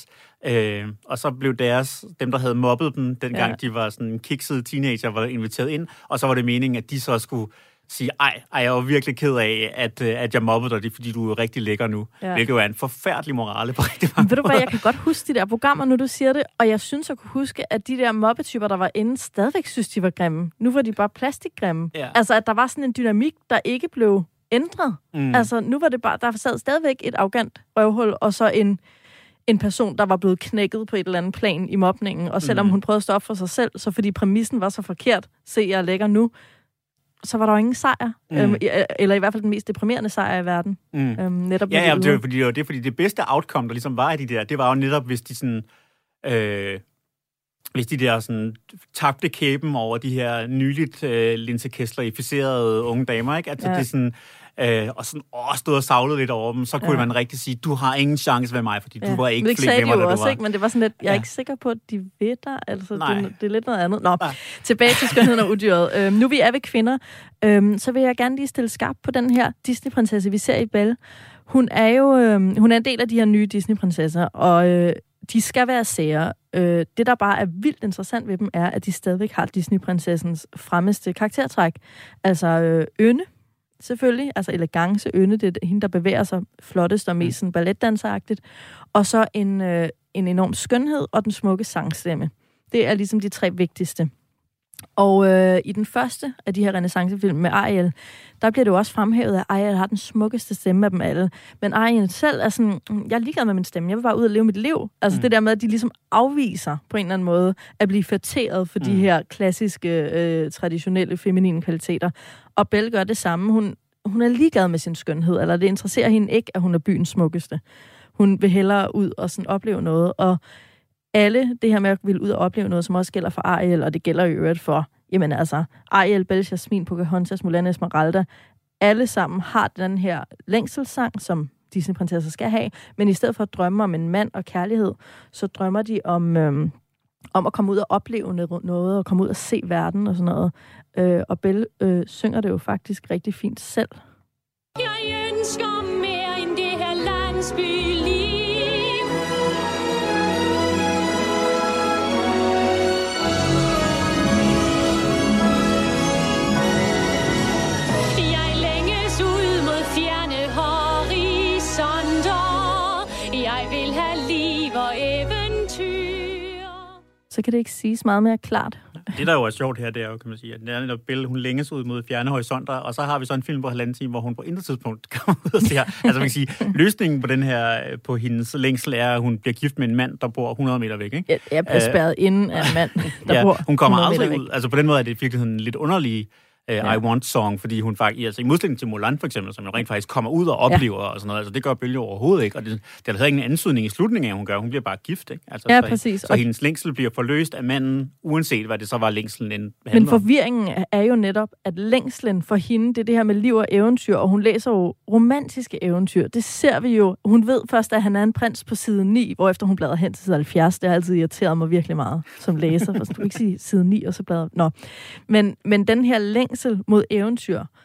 Øh, og så blev deres, dem der havde mobbet dem, dengang Ja. de var sådan kiksede teenager, var inviteret ind, og så var det meningen, at de så skulle sige, ej, ej jeg var virkelig ked af, at, at jeg mobbede dig, fordi du er rigtig lækker nu. Ja. Hvilket jo er en forfærdelig morale på rigtig mange Ved du hvad, jeg kan godt huske de der programmer, nu du siger det, og jeg synes at kunne huske, at de der mobbetyper, der var inde, stadigvæk synes, de var grimme. Nu var de bare plastikgrimme. Ja. Altså, at der var sådan en dynamik, der ikke blev ændret. Mm. Altså, nu var det bare, der sad stadigvæk et arrogant røvhul, og så en, en person, der var blevet knækket på et eller andet plan i mobningen, og selvom Mm. hun prøvede at stå op for sig selv, så fordi præmissen var så forkert, se, jeg er lækker nu, så var der jo ingen sejr. Mm. Øhm, eller i hvert fald den mest deprimerende sejr i verden. Mm. Øhm, netop Ja, ja, det det var, fordi, det var det, fordi det bedste outcome, der ligesom var i de der, det var jo netop, hvis de sådan, øh, hvis de der sådan tabte kæben over de her nyligt øh, Linse Kessler-ificerede unge damer, ikke? Altså Ja. det er sådan, øh, og sådan, åh, stod og savlede lidt over dem, så kunne Ja. man rigtig sige, du har ingen chance ved mig, fordi Ja. du var ikke Men det flink sagde ved de mig, jo da du også, var. ikke? Men det var sådan lidt, jeg er Ja. ikke sikker på, at de ved dig. Altså, Nej. det, det er lidt noget andet. Nå, Nej. tilbage til skønheden og udyret. Øhm, nu vi er ved kvinder, øhm, så vil jeg gerne lige stille skarp på den her Disney-prinsesse, vi ser i Belle. Hun er jo øhm, hun er en del af de her nye Disney-prinsesser, og øh, de skal være sære. Øh, det, der bare er vildt interessant ved dem, er, at de stadigvæk har Disney-prinsessens fremmeste karaktertræk. Altså øh, ynde, selvfølgelig. Altså elegance, ynde, det er hende, der bevæger sig flottest og mest sådan balletdanseragtigt. Og så en, øh, en enorm skønhed og den smukke sangstemme. Det er ligesom de tre vigtigste. Og øh, i den første af de her renæssancefilm med Ariel, der bliver det jo også fremhævet, at Ariel har den smukkeste stemme af dem alle. Men Ariel selv er sådan, jeg er ligeglad med min stemme, jeg vil bare ud og leve mit liv. Altså mm. det der med, at de ligesom afviser på en eller anden måde at blive fætteret for mm. de her klassiske, øh, traditionelle, feminine kvaliteter. Og Belle gør det samme. Hun, hun er ligeglad med sin skønhed, eller det interesserer hende ikke, at hun er byens smukkeste. Hun vil hellere ud og sådan opleve noget, og alle det her med at ville ud og opleve noget, som også gælder for Ariel, og det gælder i øvrigt for, jamen altså, Ariel, Belle, Jasmine, Pocahontas, Mulan, Esmeralda, alle sammen har den her længselssang, som Disney-prinsesser skal have, men i stedet for at drømme om en mand og kærlighed, så drømmer de om, øhm, om at komme ud og opleve noget, og komme ud og se verden og sådan noget. Øh, og Belle øh, synger det jo faktisk rigtig fint selv. Jeg ønsker mere end det her landsbyliv. Jeg længes ud mod fjerne horisonter. Jeg vil have liv og eventyr. Så kan det ikke siges meget mere klart. Det, der jo er sjovt her, det er jo, kan man sige, at det er netop Belle, hun længes ud mod fjerne horisonter, og så har vi så en film på halvanden time, hvor hun på intet tidspunkt kommer ud og ser. Altså man kan sige, løsningen på den her, på hendes længsel er, at hun bliver gift med en mand, der bor hundrede meter væk, ikke? Jeg, jeg er spærret uh, inden af en mand, der ja, bor hun kommer hundrede meter aldrig ud. Altså på den måde er det i virkeligheden lidt underlige uh, Ja. I Want Song, fordi hun faktisk, altså i modsætning til Mulan for eksempel, som jo rent faktisk kommer ud og oplever ja. og sådan noget, altså det gør Belle overhovedet ikke, og det, det er der ingen ansøgning i slutningen af, hun gør, hun bliver bare gift, ikke? Altså, Ja, så, præcis. Så hendes længsel bliver forløst af manden, uanset hvad det så var længselen end Men forvirringen er jo netop, at længslen for hende, det er det her med liv og eventyr, og hun læser jo romantiske eventyr. Det ser vi jo. Hun ved først, at han er en prins på side ni, hvorefter hun bladrer hen til side halvfjerds. Det har altid irriteret mig virkelig meget som læser, for du kan ikke sige side ni, og så bladrer... Nå. Men, men den her længsel mod eventyr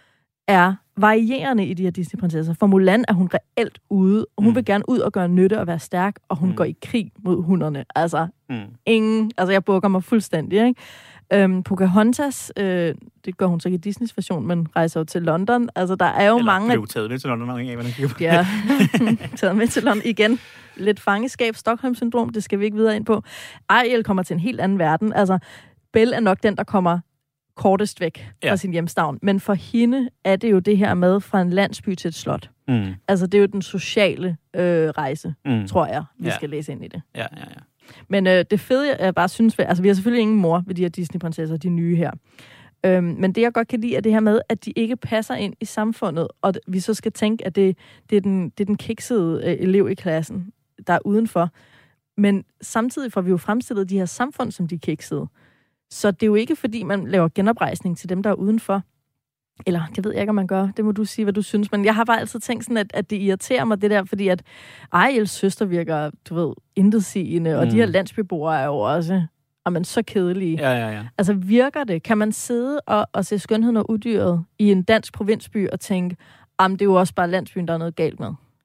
er varierende i de her Disney-prinsesser. For Mulan er hun reelt ude. Hun mm. vil gerne ud og gøre nytte og være stærk, og hun mm. går i krig mod hunderne. Altså, mm. ingen... Altså, jeg bukker mig fuldstændig, ikke? Øhm, Pocahontas, øh, det gør hun så ikke i Disneys version, men rejser jo til London. Altså, der er jo Eller mange... Eller blev taget med til London, ikke? Ja, taget med til London igen. Lidt fangeskab, Stockholm-syndrom, det skal vi ikke videre ind på. Ariel kommer til en helt anden verden. Altså, Belle er nok den, der kommer kortest væk fra ja. sin hjemstavn. Men for hende er det jo det her med fra en landsby til et slot. Mm. Altså, det er jo den sociale øh, rejse, mm. tror jeg, vi ja. skal læse ind i det. Ja, ja, ja. Men øh, det fede, jeg bare synes... Altså, vi har selvfølgelig ingen mor ved de her Disney-prinsesser, de nye her. Øhm, men det, jeg godt kan lide, er det her med, at de ikke passer ind i samfundet, og vi så skal tænke, at det, det, er, den, det er den kiksede øh, elev i klassen, der er udenfor. Men samtidig får vi jo fremstillet de her samfund, som de er kiksede. Så det er jo ikke, fordi man laver genoprejsning til dem, der er udenfor. Eller, det ved jeg ikke, om man gør. Det må du sige, hvad du synes. Men jeg har bare altid tænkt sådan, at, at det irriterer mig, det der, fordi at Ariels søster virker, du ved, intetsigende, mm. og de her landsbyboere er jo også, og man så kedelige. Ja, ja, ja. Altså, virker det? Kan man sidde og, og se skønheden og udyret i en dansk provinsby og tænke, jamen, det er jo også bare landsbyen, der er noget galt med?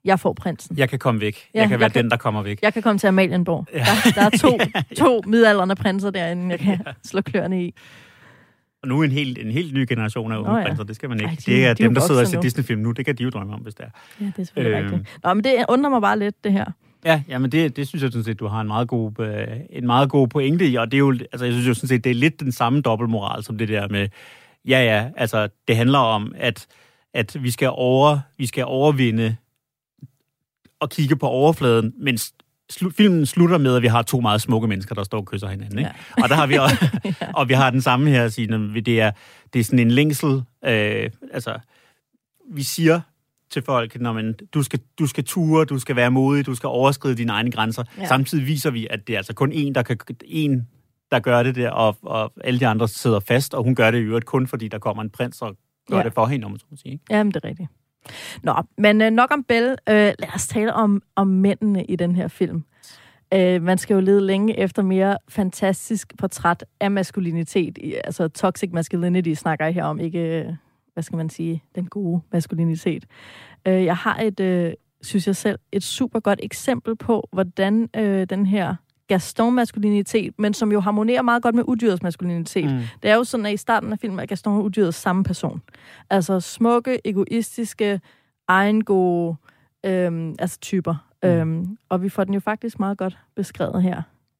jeg får prinsen. Jeg kan komme væk. Ja, jeg kan jeg være kan, den, der kommer væk. Jeg kan komme til Amalienborg. Ja. Der, der er to, to midaldrende prinser derinde, jeg kan ja. slå kløerne i. Og nu en helt, en helt ny generation af unge oh, ja. prinser, det skal man ikke. Ej, de, det er de dem, der sidder og ser nu. Disney-film nu, det kan de jo drømme om, hvis det er. Ja, det er selvfølgelig øh, rigtigt. Nå, men det undrer mig bare lidt, det her. Ja, ja, men det, det synes jeg sådan set, du har en meget god, øh, en meget god pointe i, og det er jo, altså jeg synes jo sådan set, det er lidt den samme dobbeltmoral som det der med, ja ja, altså det handler om, at, at vi skal over, vi skal overvinde og kigge på overfladen, mens slu, filmen slutter med, at vi har to meget smukke mennesker, der står og kysser hinanden, ikke? Ja. Og der har vi også, ja. og vi har den samme her, at sige, det er, det er sådan en længsel, øh, altså vi siger til folk, når man, du skal, du skal ture, du skal være modig, du skal overskride dine egne grænser. Ja. Samtidig viser vi, at det er altså kun én, der kan, én, der gør det der, og, og alle de andre sidder fast, og hun gør det i øvrigt kun, fordi der kommer en prins og gør ja. det for hende, om man så må sige. Ikke? Jamen, det er rigtigt. Nå, men øh, nok om Belle. Øh, lad os tale om, om mændene i den her film. Øh, man skal jo lede længe efter mere fantastisk portræt af maskulinitet. Altså toxic masculinity snakker jeg her om, ikke, hvad skal man sige, den gode maskulinitet. Øh, jeg har et, øh, synes jeg selv, et super godt eksempel på, hvordan øh, den her Gaston-maskulinitet, men som jo harmonerer meget godt med udyrets maskulinitet. Mm. Det er jo sådan, at i starten af filmen er Gaston og udyret samme person. Altså smukke, egoistiske, egengode, øhm, altså typer. Mm. Øhm, og vi får den jo faktisk meget godt beskrevet her.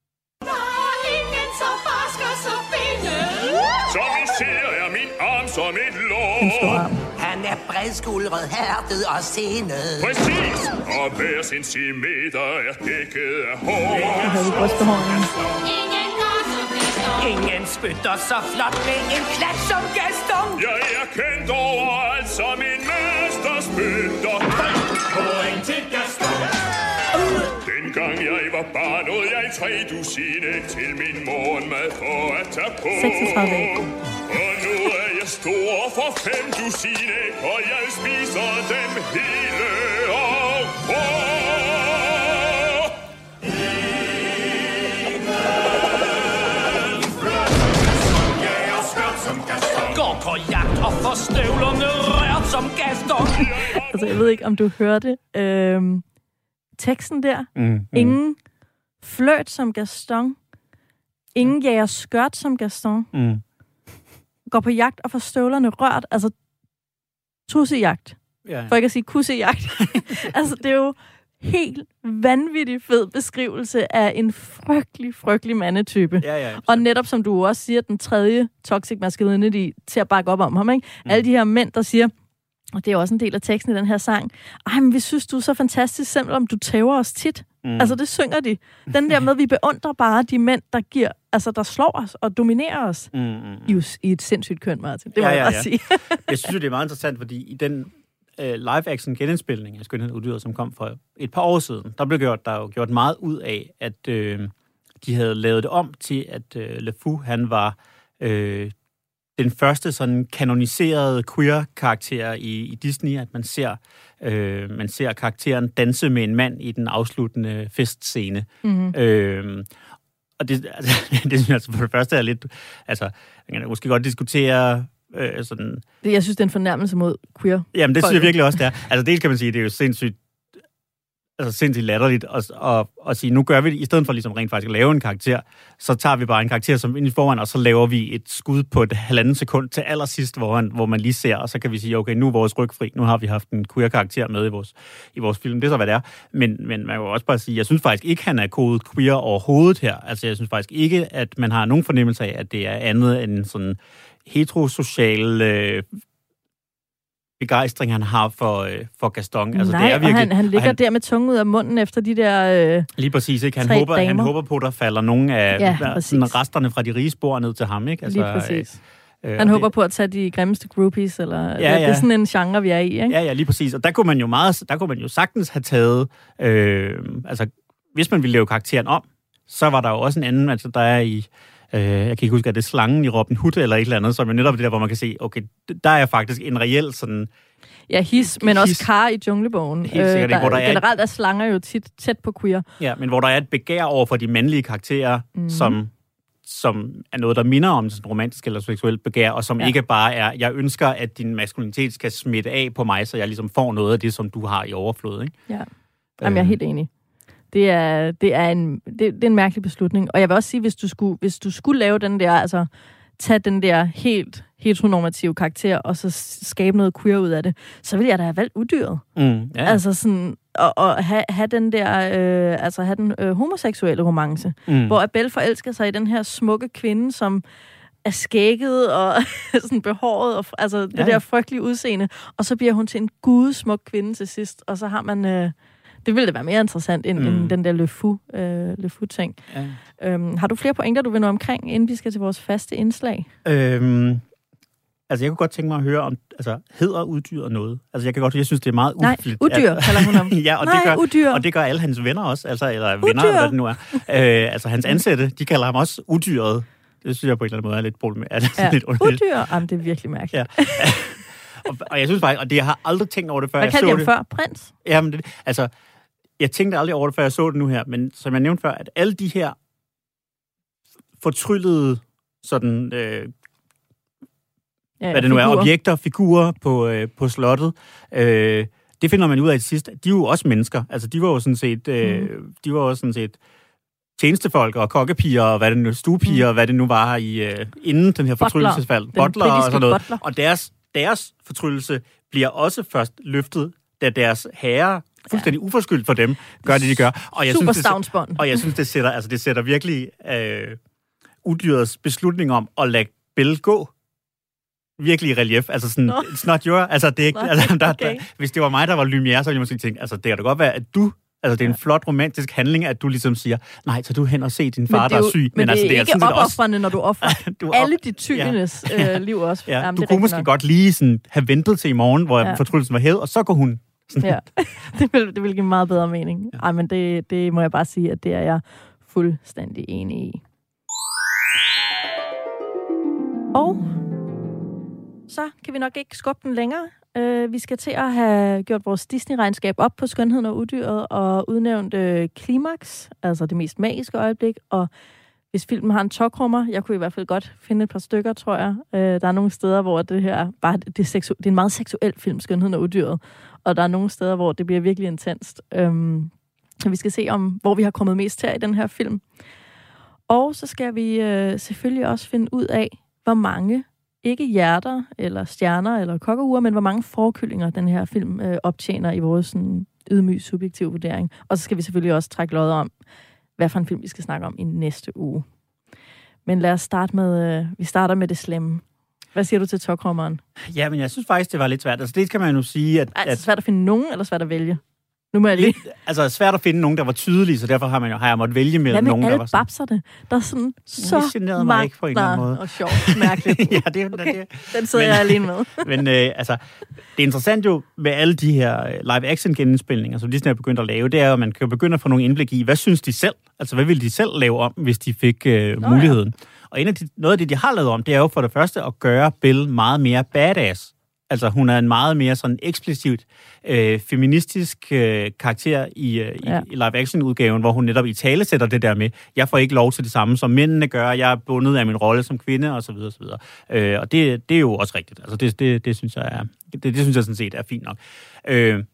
Som I ser er min arm som et lår. Han er bredskuldret, hærdet og sindet. Præcis! Og hver centimeter er dækket af hår. Jeg havde brystbehåringen. Ingen spytter så flot med en klat som Gaston. Jeg er kendt overalt som en mesterspytter. Point til Gaston. Dengang jeg var barn, nåede jeg tre dusine til min morgenmad for at tage på. seksogtredive. Og nu er jeg stor for fem dusine, og jeg spiser dem hele og Går på jagt og får støvlerne rørt som Gaston. Altså, jeg ved ikke, om du hørte øhm, teksten der. Mm, mm. Ingen fløjt som Gaston. Ingen jager skørt som Gaston. Mm. Går på jagt og får støvlerne rørt. Altså, tussejagt. Ja. For ikke at sige kussejagt. Altså, det er jo helt vanvittig fed beskrivelse af en frygtelig, frygtelig mandetype. Ja, ja, og netop som du også siger, den tredje toxic masculinity til at bakke op om ham, ikke? Mm. Alle de her mænd, der siger, og det er også en del af teksten i den her sang, ej, men vi synes, du er så fantastisk, selvom du tæver os tit. Mm. Altså, det synger de. Den der med, vi beundrer bare de mænd, der giver, altså, der slår os og dominerer os. Mm, mm, mm. I, I et sindssygt køn, Martin. Det må ja, ja, jeg bare ja. sige. Jeg synes, det er meget interessant, fordi i den uh, live-action genindspilning af Skønhed og Udyret, som kom for et par år siden, der blev gjort, der jo gjort meget ud af, at øh, de havde lavet det om til, at øh, Le Fou, han var øh, den første sådan kanoniserede queer-karakter i, i Disney, at man ser, øh, man ser karakteren danse med en mand i den afsluttende festscene. Mm-hmm. Øh, og det, altså, det synes jeg altså for det første er lidt, altså, man kan måske godt diskutere øh, sådan... Det, jeg synes, det er en fornærmelse mod queer. Jamen, det synes jeg virkelig også, det er. Altså, det kan man sige, det er jo sindssygt altså sindssygt latterligt at, at, at sige, nu gør vi det, i stedet for ligesom rent faktisk at lave en karakter, så tager vi bare en karakter som ind i foran, og så laver vi et skud på et halvanden sekund til allersidst, hvor man, hvor man lige ser, og så kan vi sige, okay, nu er vores ryg fri, nu har vi haft en queer-karakter med i vores, i vores film, det er så, hvad det er. Men, men man kan jo også bare sige, jeg synes faktisk ikke, han er kodet queer overhovedet her. Altså, jeg synes faktisk ikke, at man har nogen fornemmelse af, at det er andet end sådan heterosocial øh, begejstring, han har for, øh, for Gaston. Altså, Nej, det er virkelig, og han, han ligger han, der med tungen ud af munden efter de der øh, lige præcis, ikke? Han håber, han håber på, at der falder nogle af ja, sådan, resterne fra de rige spor ned til ham, ikke? Altså, lige præcis. Øh, han håber det, på at tage de grimmeste groupies, eller ja, ja. Det er sådan en genre, vi er i, ikke? Ja, ja, lige præcis. Og der kunne man jo meget, der kunne man jo sagtens have taget, øh, altså, hvis man ville lave karakteren om, så var der jo også en anden, altså, der er i jeg kan ikke huske, at det er slangen i Robin Hood eller et eller andet, som er netop det der, hvor man kan se, okay, der er faktisk en reel sådan... Ja, his, men his. Også Kar i Junglebogen. Helt sikkert, øh, der, hvor der er generelt er slanger jo tit tæt på queer. Ja, men hvor der er et begær over for de mandlige karakterer, mm. som, som er noget, der minder om sådan romantisk eller seksuelt begær, og som ja. ikke bare er, jeg ønsker, at din maskulinitet skal smitte af på mig, så jeg ligesom får noget af det, som du har i overflod, ikke? Ja, Jamen, jeg er helt enig. Det er, det, er en, det, det er en mærkelig beslutning. Og jeg vil også sige, hvis du skulle, hvis du skulle lave den der, altså tage den der helt heteronormative karakter, og så skabe noget queer ud af det, så ville jeg da have valgt udyret. Mm, ja. Altså sådan, og, og have, have den der, øh, altså have den øh, homoseksuelle romance, mm. hvor Abel forelsker sig i den her smukke kvinde, som er skægget og sådan behåret, og altså det ja. der frygtelige udseende, og så bliver hun til en gudsmuk kvinde til sidst, og så har man... Øh, det ville da være mere interessant end, mm. end den der Le Fou, øh, Le Fou-ting. Ja. Øhm, har du flere pointer, du vil nå omkring, inden vi skal til vores faste indslag? Øhm, altså, jeg kunne godt tænke mig at høre om, altså, hedder uddyret noget? Altså, jeg kan godt, jeg synes, det er meget ufildt. Nej, udyr, kalder hun ham. Ja, og, Nej, det gør, udyr. og det gør alle hans venner også, altså, eller udyr. venner, eller hvad det nu er. øh, altså, hans ansatte, de kalder ham også udyret. Det synes jeg på en eller anden måde er lidt problematisk. Ja. lidt udyr? Jamen, det er virkelig mærkeligt. Ja. og, og jeg synes faktisk, og det jeg har aldrig tænkt over det, før Hvad jeg så det. Hvad kaldte jeg ham før? Prins? Jamen, det, altså... Jeg tænkte aldrig over det, før jeg så det nu her, men som jeg nævnte før, at alle de her fortryllede sådan, øh, ja, hvad det nu figurer. er, objekter, figurer på, øh, på slottet, øh, det finder man ud af til sidst. De er jo også mennesker. Altså, de var jo sådan set, øh, mm. de var jo sådan set tjenestefolk og kokkepiger og hvad det nu, stuepiger, mm. og hvad det nu var i øh, inden den her fortryllelsesfald. Butler og sådan noget. Butler. Og deres, deres fortryllelse bliver også først løftet, da deres herre fuldstændig ja. uforskyldt for dem, gør det, de gør. Og jeg Super synes, det, og jeg synes, det sætter, altså, det sætter virkelig øh, udyrets beslutning om at lade Belle gå virkelig i relief. Altså sådan, no. it's not your... Altså, det er ikke... No, altså, der, okay. der, hvis det var mig, der var Lumière, så ville jeg måske tænke, altså, det kan da godt være, at du... Altså, det er en flot romantisk handling, at du ligesom siger, nej, så du hen og se din far, der er syg. Men, men altså, det er ikke opoffrende, når du offrer du alle de tydenes ja. øh, liv også. Ja, Jamen, du kunne måske nok. godt lige sådan, have ventet til i morgen, hvor ja. fortryllelsen var hævet, og så går hun... ja, det vil, det vil give meget bedre mening. Ej, men det, det må jeg bare sige, at det er jeg fuldstændig enig i. Og så kan vi nok ikke skubbe den længere. Uh, vi skal til at have gjort vores Disney-regnskab op på Skønheden og Udyret og udnævnt uh, klimaks, altså det mest magiske øjeblik. Og hvis filmen har en tokrummer, jeg kunne i hvert fald godt finde et par stykker, tror jeg. Uh, der er nogle steder, hvor det her bare det er, seksu- det er en meget seksuel film, Skønheden og Udyret. Og der er nogle steder, hvor det bliver virkelig intenst. Um, så vi skal se, om hvor vi har kommet mest her i den her film. Og så skal vi uh, selvfølgelig også finde ud af, hvor mange, ikke hjerter, eller stjerner, eller kokkeure, men hvor mange forkyllinger den her film uh, optjener i vores sådan, ydmyg subjektiv vurdering. Og så skal vi selvfølgelig også trække lodder om, hvad for en film vi skal snakke om i næste uge. Men lad os starte med, uh, vi starter med det slemme. Hvad siger du til tokrummeren? Ja, men jeg synes faktisk, det var lidt svært. Altså, det kan man jo sige, at... Altså, svært at finde nogen, eller svært at vælge? Nu må jeg lige... Lidt, altså, svært at finde nogen, der var tydelige, så derfor har, man jo, har jeg måttet vælge mellem nogen, der var sådan... Hvad med alle babserne? Der er sådan så mange... Det generede mig ikke på en eller anden måde. Og sjovt, mærkeligt. ja, det, okay. det, den sidder men, jeg alene med. men øh, altså, det er interessant jo med alle de her live-action-genindspilninger, som Disney har begyndt at lave, det er jo, at man kan begynde at få nogle indblik i, hvad synes de selv? Altså, hvad ville de selv lave om, hvis de fik øh, Nå, muligheden? Ja. Og en af de, noget af det, de har lavet om, det er jo for det første at gøre Belle meget mere badass. Altså, hun er en meget mere sådan eksplicit øh, feministisk øh, karakter i, øh, ja. i, i live-action-udgaven, hvor hun netop i tale sætter det der med, jeg får ikke lov til det samme, som mændene gør, jeg er bundet af min rolle som kvinde, og så videre, og så videre. Øh, og det, det er jo også rigtigt. Altså, det, det, det, synes jeg er, det, det synes jeg sådan set er fint nok. Øh,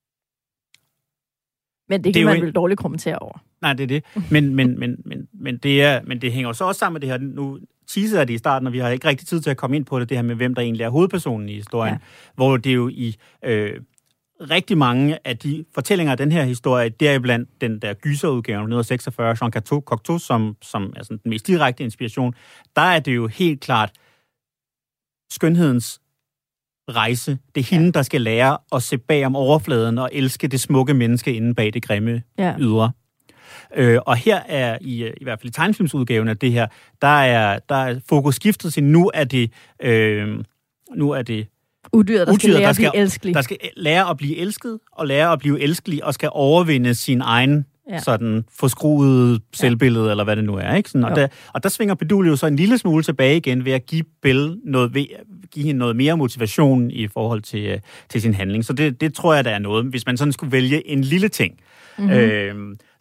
men det kan det man vel dårligt kommentere over. Nej, det er det. Men, men, men, men, men, det, er, men det hænger jo så også sammen med det her. Nu teaser jeg det i starten, og vi har ikke rigtig tid til at komme ind på det, det her med, hvem der egentlig er hovedpersonen i historien. Ja. Hvor det jo i øh, rigtig mange af de fortællinger af den her historie, deriblandt den der gyserudgave, nitten seksogfyrre, Jean Cocteau, som, som er sådan den mest direkte inspiration, der er det jo helt klart skønhedens rejse. Det er hende, ja. der skal lære at se bag om overfladen og elske det smukke menneske inde bag det grimme ja. ydre. Øh, og her er, i, i hvert fald i tegnefilmsudgaven af det her, der er, der er fokus skiftet til, nu er det, øh, nu er det udyret, der, udyret, skal lære der, skal, at blive elskelig. der skal lære at blive elsket, og lære at blive elskelig, og skal overvinde sin egen ja. sådan forskruede selvbillede, ja. eller hvad det nu er. Ikke? Sådan, og, der, og der svinger Bedoel jo så en lille smule tilbage igen ved at give Belle noget, ved, give hende noget mere motivation i forhold til, til sin handling. Så det, det tror jeg, der er noget. Hvis man sådan skulle vælge en lille ting, mm-hmm. øh,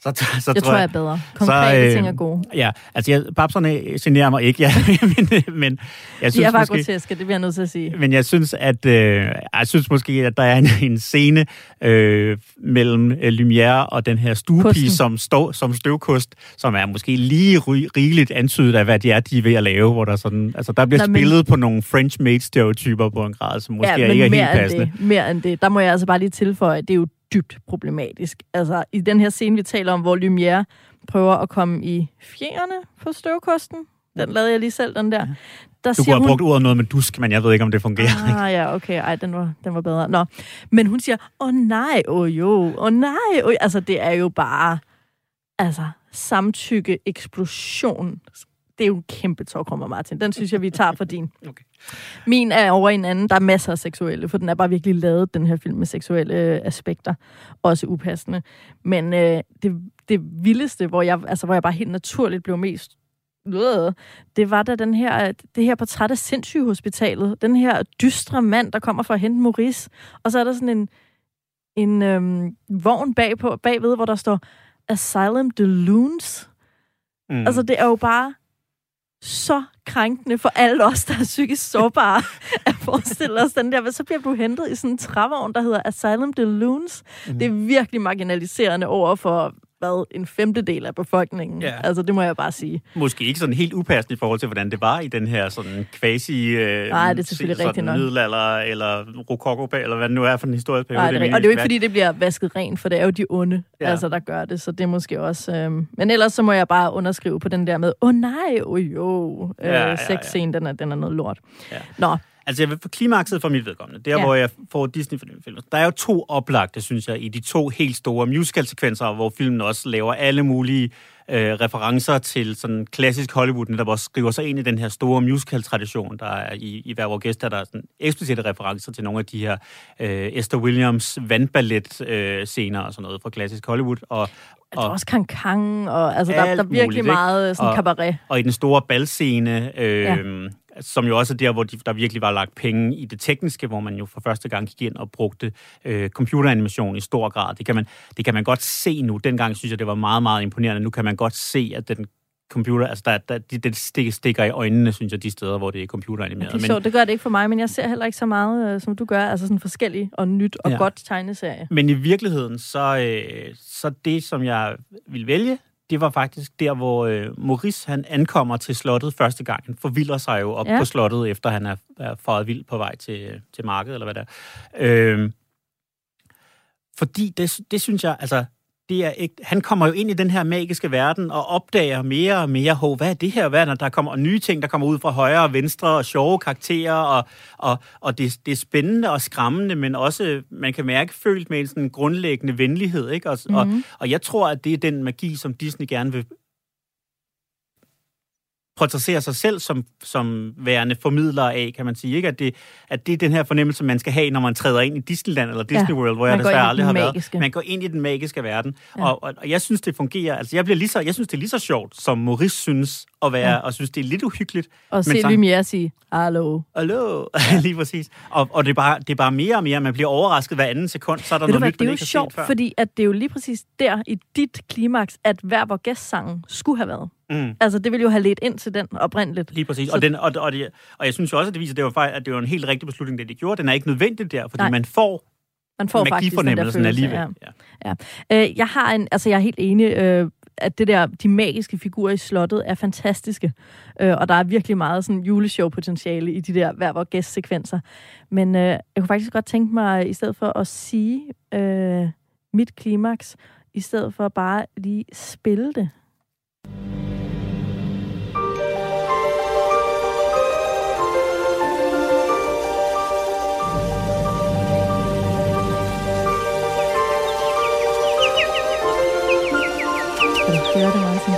Så, så, så jeg tror, jeg er bedre. Konkrete så, øh, ting er gode. Ja, altså jeg, babserne generer mig ikke, ja, men, men jeg synes de er bare måske, groteske, det bliver jeg nødt til at sige. Men jeg synes, at øh, jeg synes måske, at der er en, en scene øh, mellem øh, Lumière og den her stuepige, som, stå, som støvkost, som er måske lige ry, rigeligt antydet af, hvad de er, de er ved at lave, hvor der sådan, altså der bliver Nå, spillet men, på nogle French maid-stereotyper på en grad, som måske ja, ikke er helt passende. Det, mere end det. Der må jeg altså bare lige tilføje, at det er jo dybt problematisk. Altså, i den her scene, vi taler om, hvor Lumière prøver at komme i fjerne på støvkosten. Den lavede jeg lige selv, den der. der du kunne have brugt hun... ordet noget med dusk, men jeg ved ikke, om det fungerer. Ah, ja, okay. Ej, den var, den var bedre. Nå. Men hun siger, åh oh, nej, åh oh, jo, åh oh, nej. Oh. Altså, det er jo bare altså, samtykke, eksplosion. Det er jo en kæmpe talkrummer, Martin. Den synes jeg, vi tager for din. Okay. Min er over en anden. Der er masser af seksuelle, for den er bare virkelig lavet, den her film, med seksuelle øh, aspekter. Også upassende. Men øh, det, det vildeste, hvor jeg, altså, hvor jeg bare helt naturligt blev mest øh, det var da den her, det her portræt af sindssygehospitalet. Den her dystre mand, der kommer for at hente Maurice. Og så er der sådan en, en øh, vogn bagpå, bagved, hvor der står Asylum de Loons. Mm. Altså, det er jo bare så krænkende for alle os, der er psykisk sårbare, at forestille os den der. Så bliver du hentet i sådan en trævogn, der hedder Asylum de Loons. Mm. Det er virkelig marginaliserende over for hvad, en femtedel af befolkningen. Ja. Altså, det må jeg bare sige. Måske ikke sådan helt upassende i forhold til, hvordan det var i den her sådan quasi øh, Nej, det er selvfølgelig rigtigt nok. middelalder eller rokoko, eller hvad det nu er for en historisk periode. Nej, det er det og det er jo ikke, fordi det bliver vasket rent, for det er jo de onde, ja. altså, der gør det. Så det er måske også... Øh... Men ellers så må jeg bare underskrive på den der med, åh oh, nej, åh oh, jo, øh, ja, ja, ja. sexscene, den er, den er noget lort. Ja. Nå. Altså, jeg vil få klimakset for mit vedkommende. Der, ja. hvor jeg får Disney-film. Der er jo to oplagte, synes jeg, i de to helt store musical-sekvenser, hvor filmen også laver alle mulige øh, referencer til sådan klassisk Hollywood, der også skriver sig ind i den her store musical-tradition, der er i, i hver vores gæst, der er sådan eksplicite referencer til nogle af de her øh, Esther Williams vandballet-scener øh, og sådan noget fra klassisk Hollywood. Og, og der er også Kang og altså, der, der er virkelig muligt, meget sådan og, cabaret. Og i den store balscene... Øh, ja. som jo også er der, hvor de, der virkelig var lagt penge i det tekniske, hvor man jo for første gang gik ind og brugte øh, computeranimation i stor grad. Det kan, man, det kan man godt se nu. Dengang synes jeg, det var meget, meget imponerende. Nu kan man godt se, at den computer, altså der, der, det stikker, stikker i øjnene, synes jeg, de steder, hvor det er computeranimeret. Det er sjovt, det gør det ikke for mig, men jeg ser heller ikke så meget, øh, som du gør, altså sådan forskellige og nyt og ja. godt tegneserie. Men i virkeligheden, så, øh, så det, som jeg vil vælge, det var faktisk der, hvor øh, Maurice, han ankommer til slottet første gang. Han forvilder sig jo op ja. på slottet, efter han er, er faret vild på vej til, til markedet, eller hvad det er. Øh, fordi det, det synes jeg, altså, det er ikke, han kommer jo ind i den her magiske verden og opdager mere og mere, hov, hvad er det her verden? Der kommer nye ting, der kommer ud fra højre og venstre, og sjove karakterer, og, og, og det, det er spændende og skræmmende, men også, man kan mærke, følt med en sådan grundlæggende venlighed, ikke? Og, mm-hmm. og, og jeg tror, at det er den magi, som Disney gerne vil portrættere sig selv som, som værende formidler af, kan man sige, ikke? At det, at det er den her fornemmelse, man skal have, når man træder ind i Disneyland eller Disney ja, World, hvor jeg desværre aldrig har magiske. været. Man går ind i den magiske verden, ja. og, og, og jeg synes, det fungerer. Altså, jeg bliver lige så, jeg synes, det er lige så sjovt, som Maurice synes at være, ja. og synes, det er lidt uhyggeligt. Og se Lumière sige, hallo. Hallo, ja. lige præcis. Og, og det, er bare, det er bare mere og mere, man bliver overrasket hver anden sekund, så er der Ved noget nyt, man ikke har set før. Det er jo sjovt, fordi at det er jo lige præcis der, i dit klimaks, at hver vor gæstsangen skulle have været. Mm. Altså, det ville jo have ledt ind til den oprindeligt. Lige præcis. Og, den, og, og, det, og jeg synes jo også, at det viser, at det var, faktisk, at det var en helt rigtig beslutning, det de gjorde. Den er ikke nødvendig der, fordi Nej. man får, man får magifornemmelsen alligevel. Ja. Ja. Ja. Øh, jeg har en, altså jeg er helt enig, øh, at det der, de magiske figurer i slottet er fantastiske. Øh, og der er virkelig meget sådan juleshow-potentiale i de der hver vor gæstsekvenser. Men øh, jeg kunne faktisk godt tænke mig, i stedet for at sige øh, mit klimaks, i stedet for bare lige spille det. Høre det, Martin.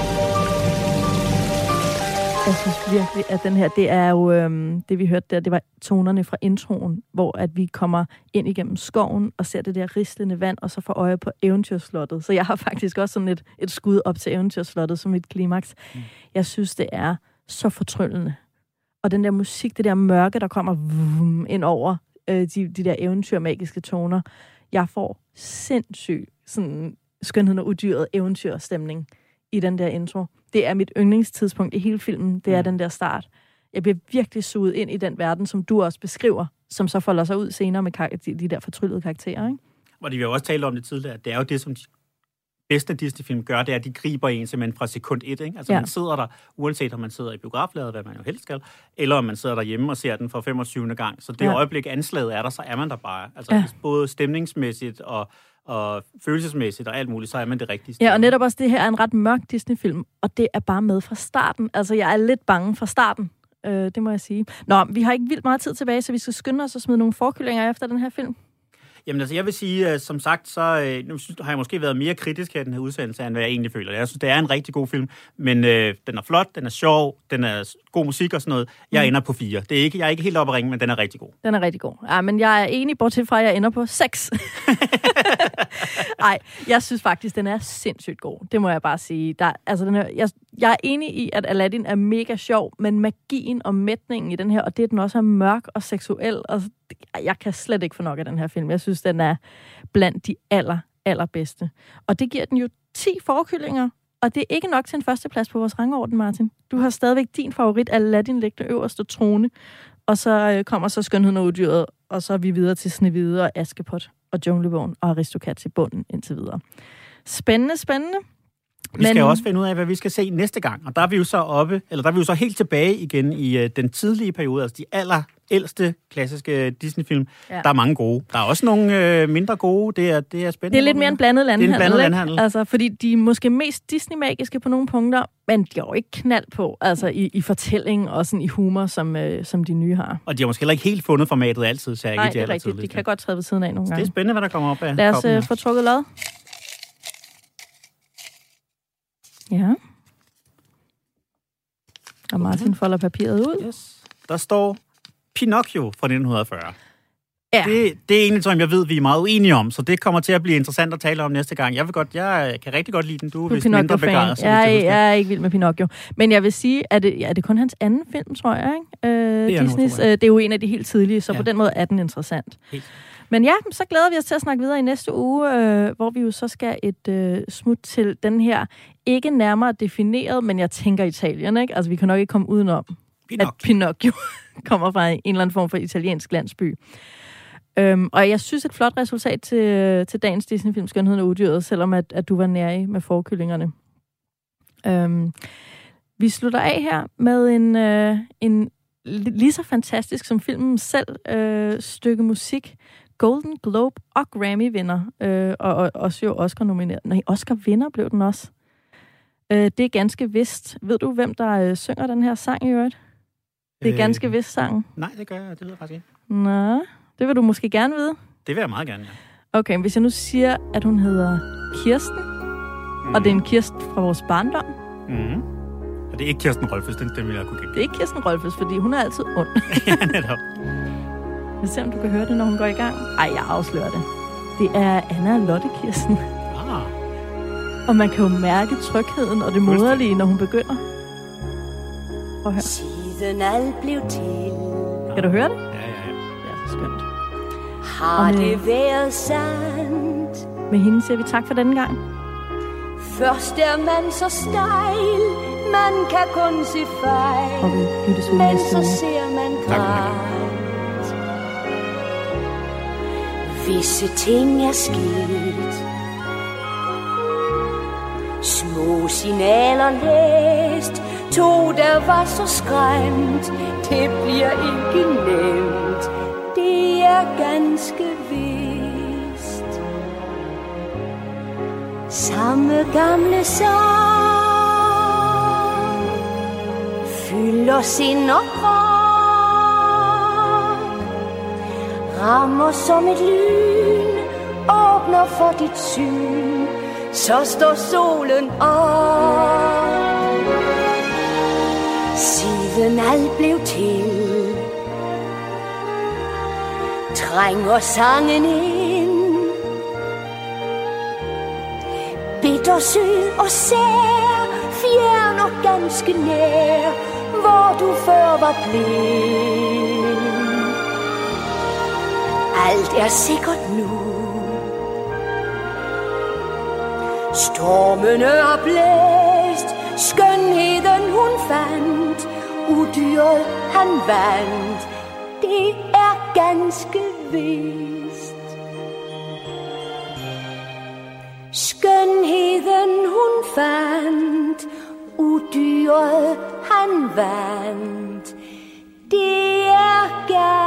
Jeg synes virkelig, at den her, det er jo, øhm, det vi hørte der, det var tonerne fra introen, hvor at vi kommer ind igennem skoven og ser det der rislende vand, og så får øje på Eventyrslottet. Så jeg har faktisk også sådan et, et skud op til Eventyrslottet som et klimaks. Mm. Jeg synes, det er så fortryllende. Og den der musik, det der mørke, der kommer vum, ind over øh, de, de der eventyrmagiske toner. Jeg får sindssygt sådan skønheden og udyret eventyrstemning i den der intro. Det er mit yndlingstidspunkt i hele filmen. Det er mm. den der start. Jeg bliver virkelig suget ind i den verden, som du også beskriver, som så folder sig ud senere med kar- de, de der fortryllede karakterer, ikke? Og det vi har også talt om det tidligere. Det er jo det, som de bedste Disney-film gør, det er, at de griber en simpelthen fra sekund et, ikke? Altså, ja. Man sidder der, uanset om man sidder i biografladet, hvad man jo helst skal, eller om man sidder derhjemme og ser den for femogtyvende gang. Så det ja. øjeblik, anslaget er der, så er man der bare. Altså, ja. både stemningsmæssigt og, og følelsesmæssigt og alt muligt, så er man det rigtige sted. Ja, og netop også det her er en ret mørk Disney-film, og det er bare med fra starten. Altså, jeg er lidt bange fra starten, øh, det må jeg sige. Nå, vi har ikke vildt meget tid tilbage, så vi skal skynde os og smide nogle forkyllinger efter den her film. Jamen altså, jeg vil sige, som sagt, så nu har jeg måske været mere kritisk her i den her udsendelse, end hvad jeg egentlig føler. Jeg synes, det er en rigtig god film, men øh, den er flot, den er sjov, den er god musik og sådan noget. Jeg mm. ender på fire. Det er ikke, jeg er ikke helt oppe at ringe, men den er rigtig god. Den er rigtig god. Ja, men jeg er enig, bortset fra, at jeg ender på seks. Nej, jeg synes faktisk, den er sindssygt god. Det må jeg bare sige. Der, altså, den her, jeg, jeg er enig i, at Aladdin er mega sjov, men magien og mætningen i den her, og det, at den også er mørk og seksuel, og jeg kan slet ikke få nok af den her film. Jeg synes, den er blandt de aller, allerbedste. Og det giver den jo ti forkyllinger, og det er ikke nok til en førsteplads på vores rangorden, Martin. Du har stadigvæk din favorit, Aladdin, liggende øverste trone, og så øh, kommer så Skønheden og Udyret, og så er vi videre til Snehvide og Askepot og Junglebogen og Aristokat til bunden indtil videre. Spændende, spændende. Vi skal Men... også finde ud af, hvad vi skal se næste gang. Og der er vi jo så oppe, eller der er vi jo så helt tilbage igen i uh, den tidlige periode, altså de allerældste klassiske Disney-film. Ja. Der er mange gode. Der er også nogle uh, mindre gode. Det er, det er spændende. Det er lidt mere en blandet landhandel. Det er en blandet landhandel. Altså, fordi de er måske mest Disney-magiske på nogle punkter, men de har jo ikke knald på, altså i, i fortælling og sådan i humor, som, uh, som de nye har. Og de har måske heller ikke helt fundet formatet altid, så jeg Nej, ikke det er rigtigt. De kan godt træde ved siden af nogle gange. Det er spændende, hvad der kommer op af. Lad os uh, få trukket lod. Ja. Og Martin folder papiret ud. Yes. Der står Pinocchio fra nitten fyrre. Ja. Det, det er egentlig, som jeg ved, vi er meget uenige om, så det kommer til at blive interessant at tale om næste gang. Jeg vil godt, jeg kan rigtig godt lide den. Du er vist mindre begejstret. Jeg, jeg er ikke vild med Pinocchio. Men jeg vil sige, at det, er det kun hans anden film, tror jeg, ikke? Øh, det, er Disneys, øh, det er jo en af de helt tidlige, så ja. På den måde er den interessant. Helt. Men ja, så glæder vi os til at snakke videre i næste uge, øh, hvor vi jo så skal et øh, smut til den her, ikke nærmere defineret, men jeg tænker Italien, ikke? Altså, vi kan nok ikke komme udenom, Pinocchio. at Pinocchio kommer fra en eller anden form for italiensk landsby. Øhm, og jeg synes, et flot resultat til, til dagens Disney-film Skønheden og Udyret, selvom at, at du var nær med forkyllingerne. Øhm, vi slutter af her med en, øh, en lige så fantastisk som filmen selv øh, stykke musik. Golden Globe og Grammy-vinder, øh, og, og også jo Oscar-nomineret. Nej, Oscar-vinder blev den også. Øh, det er ganske vist. Ved du, hvem der øh, synger den her sang i øvrigt? Det er øh, ganske vist sangen. Nej, det gør jeg. Det ved jeg faktisk ikke. Nå, det vil du måske gerne vide. Det vil jeg meget gerne, ja. Okay, hvis jeg nu siger, at hun hedder Kirsten, mm. og det er en Kirsten fra vores barndom. Mm. Og det er ikke Kirsten Rolfes, den, den vil jeg kunne gætte. Det er ikke Kirsten Rolfes, fordi hun er altid ond. Ja, netop. Vi ser, om du kan høre det, når hun går i gang. Ej, jeg afslører det. Det er Anna og Lotte Kirsten. Ah. Og man kan jo mærke trygheden og det moderlige, når hun begynder. Prøv at høre. Siden alt blev til. Kan du høre det? Ja, ja, ja. Det er så skønt. Har det været sandt? Med hende siger vi tak for denne gang. Først er man så stejl, man kan kun se fejl. Og vi lyttes ud men næste uge. så ser man grad. Visse ting er sket. Små signaler læst. To, der var så skræmt. Det bliver ikke nemt. Det er ganske vist. Samme gamle sang fylder sind og krop. Rammer som et lyn, åbner for dit syn, så står solen op. Siden alt blev til, trænger sangen ind. Bittersød og sær, fjern og ganske nær, hvor du før var blind. Alt er sikkert nu. Stormene har blæst, skønheden hun fandt, udyret han vandt, det er ganske vist. Skønheden hun fandt, udyret han vandt, det er ganske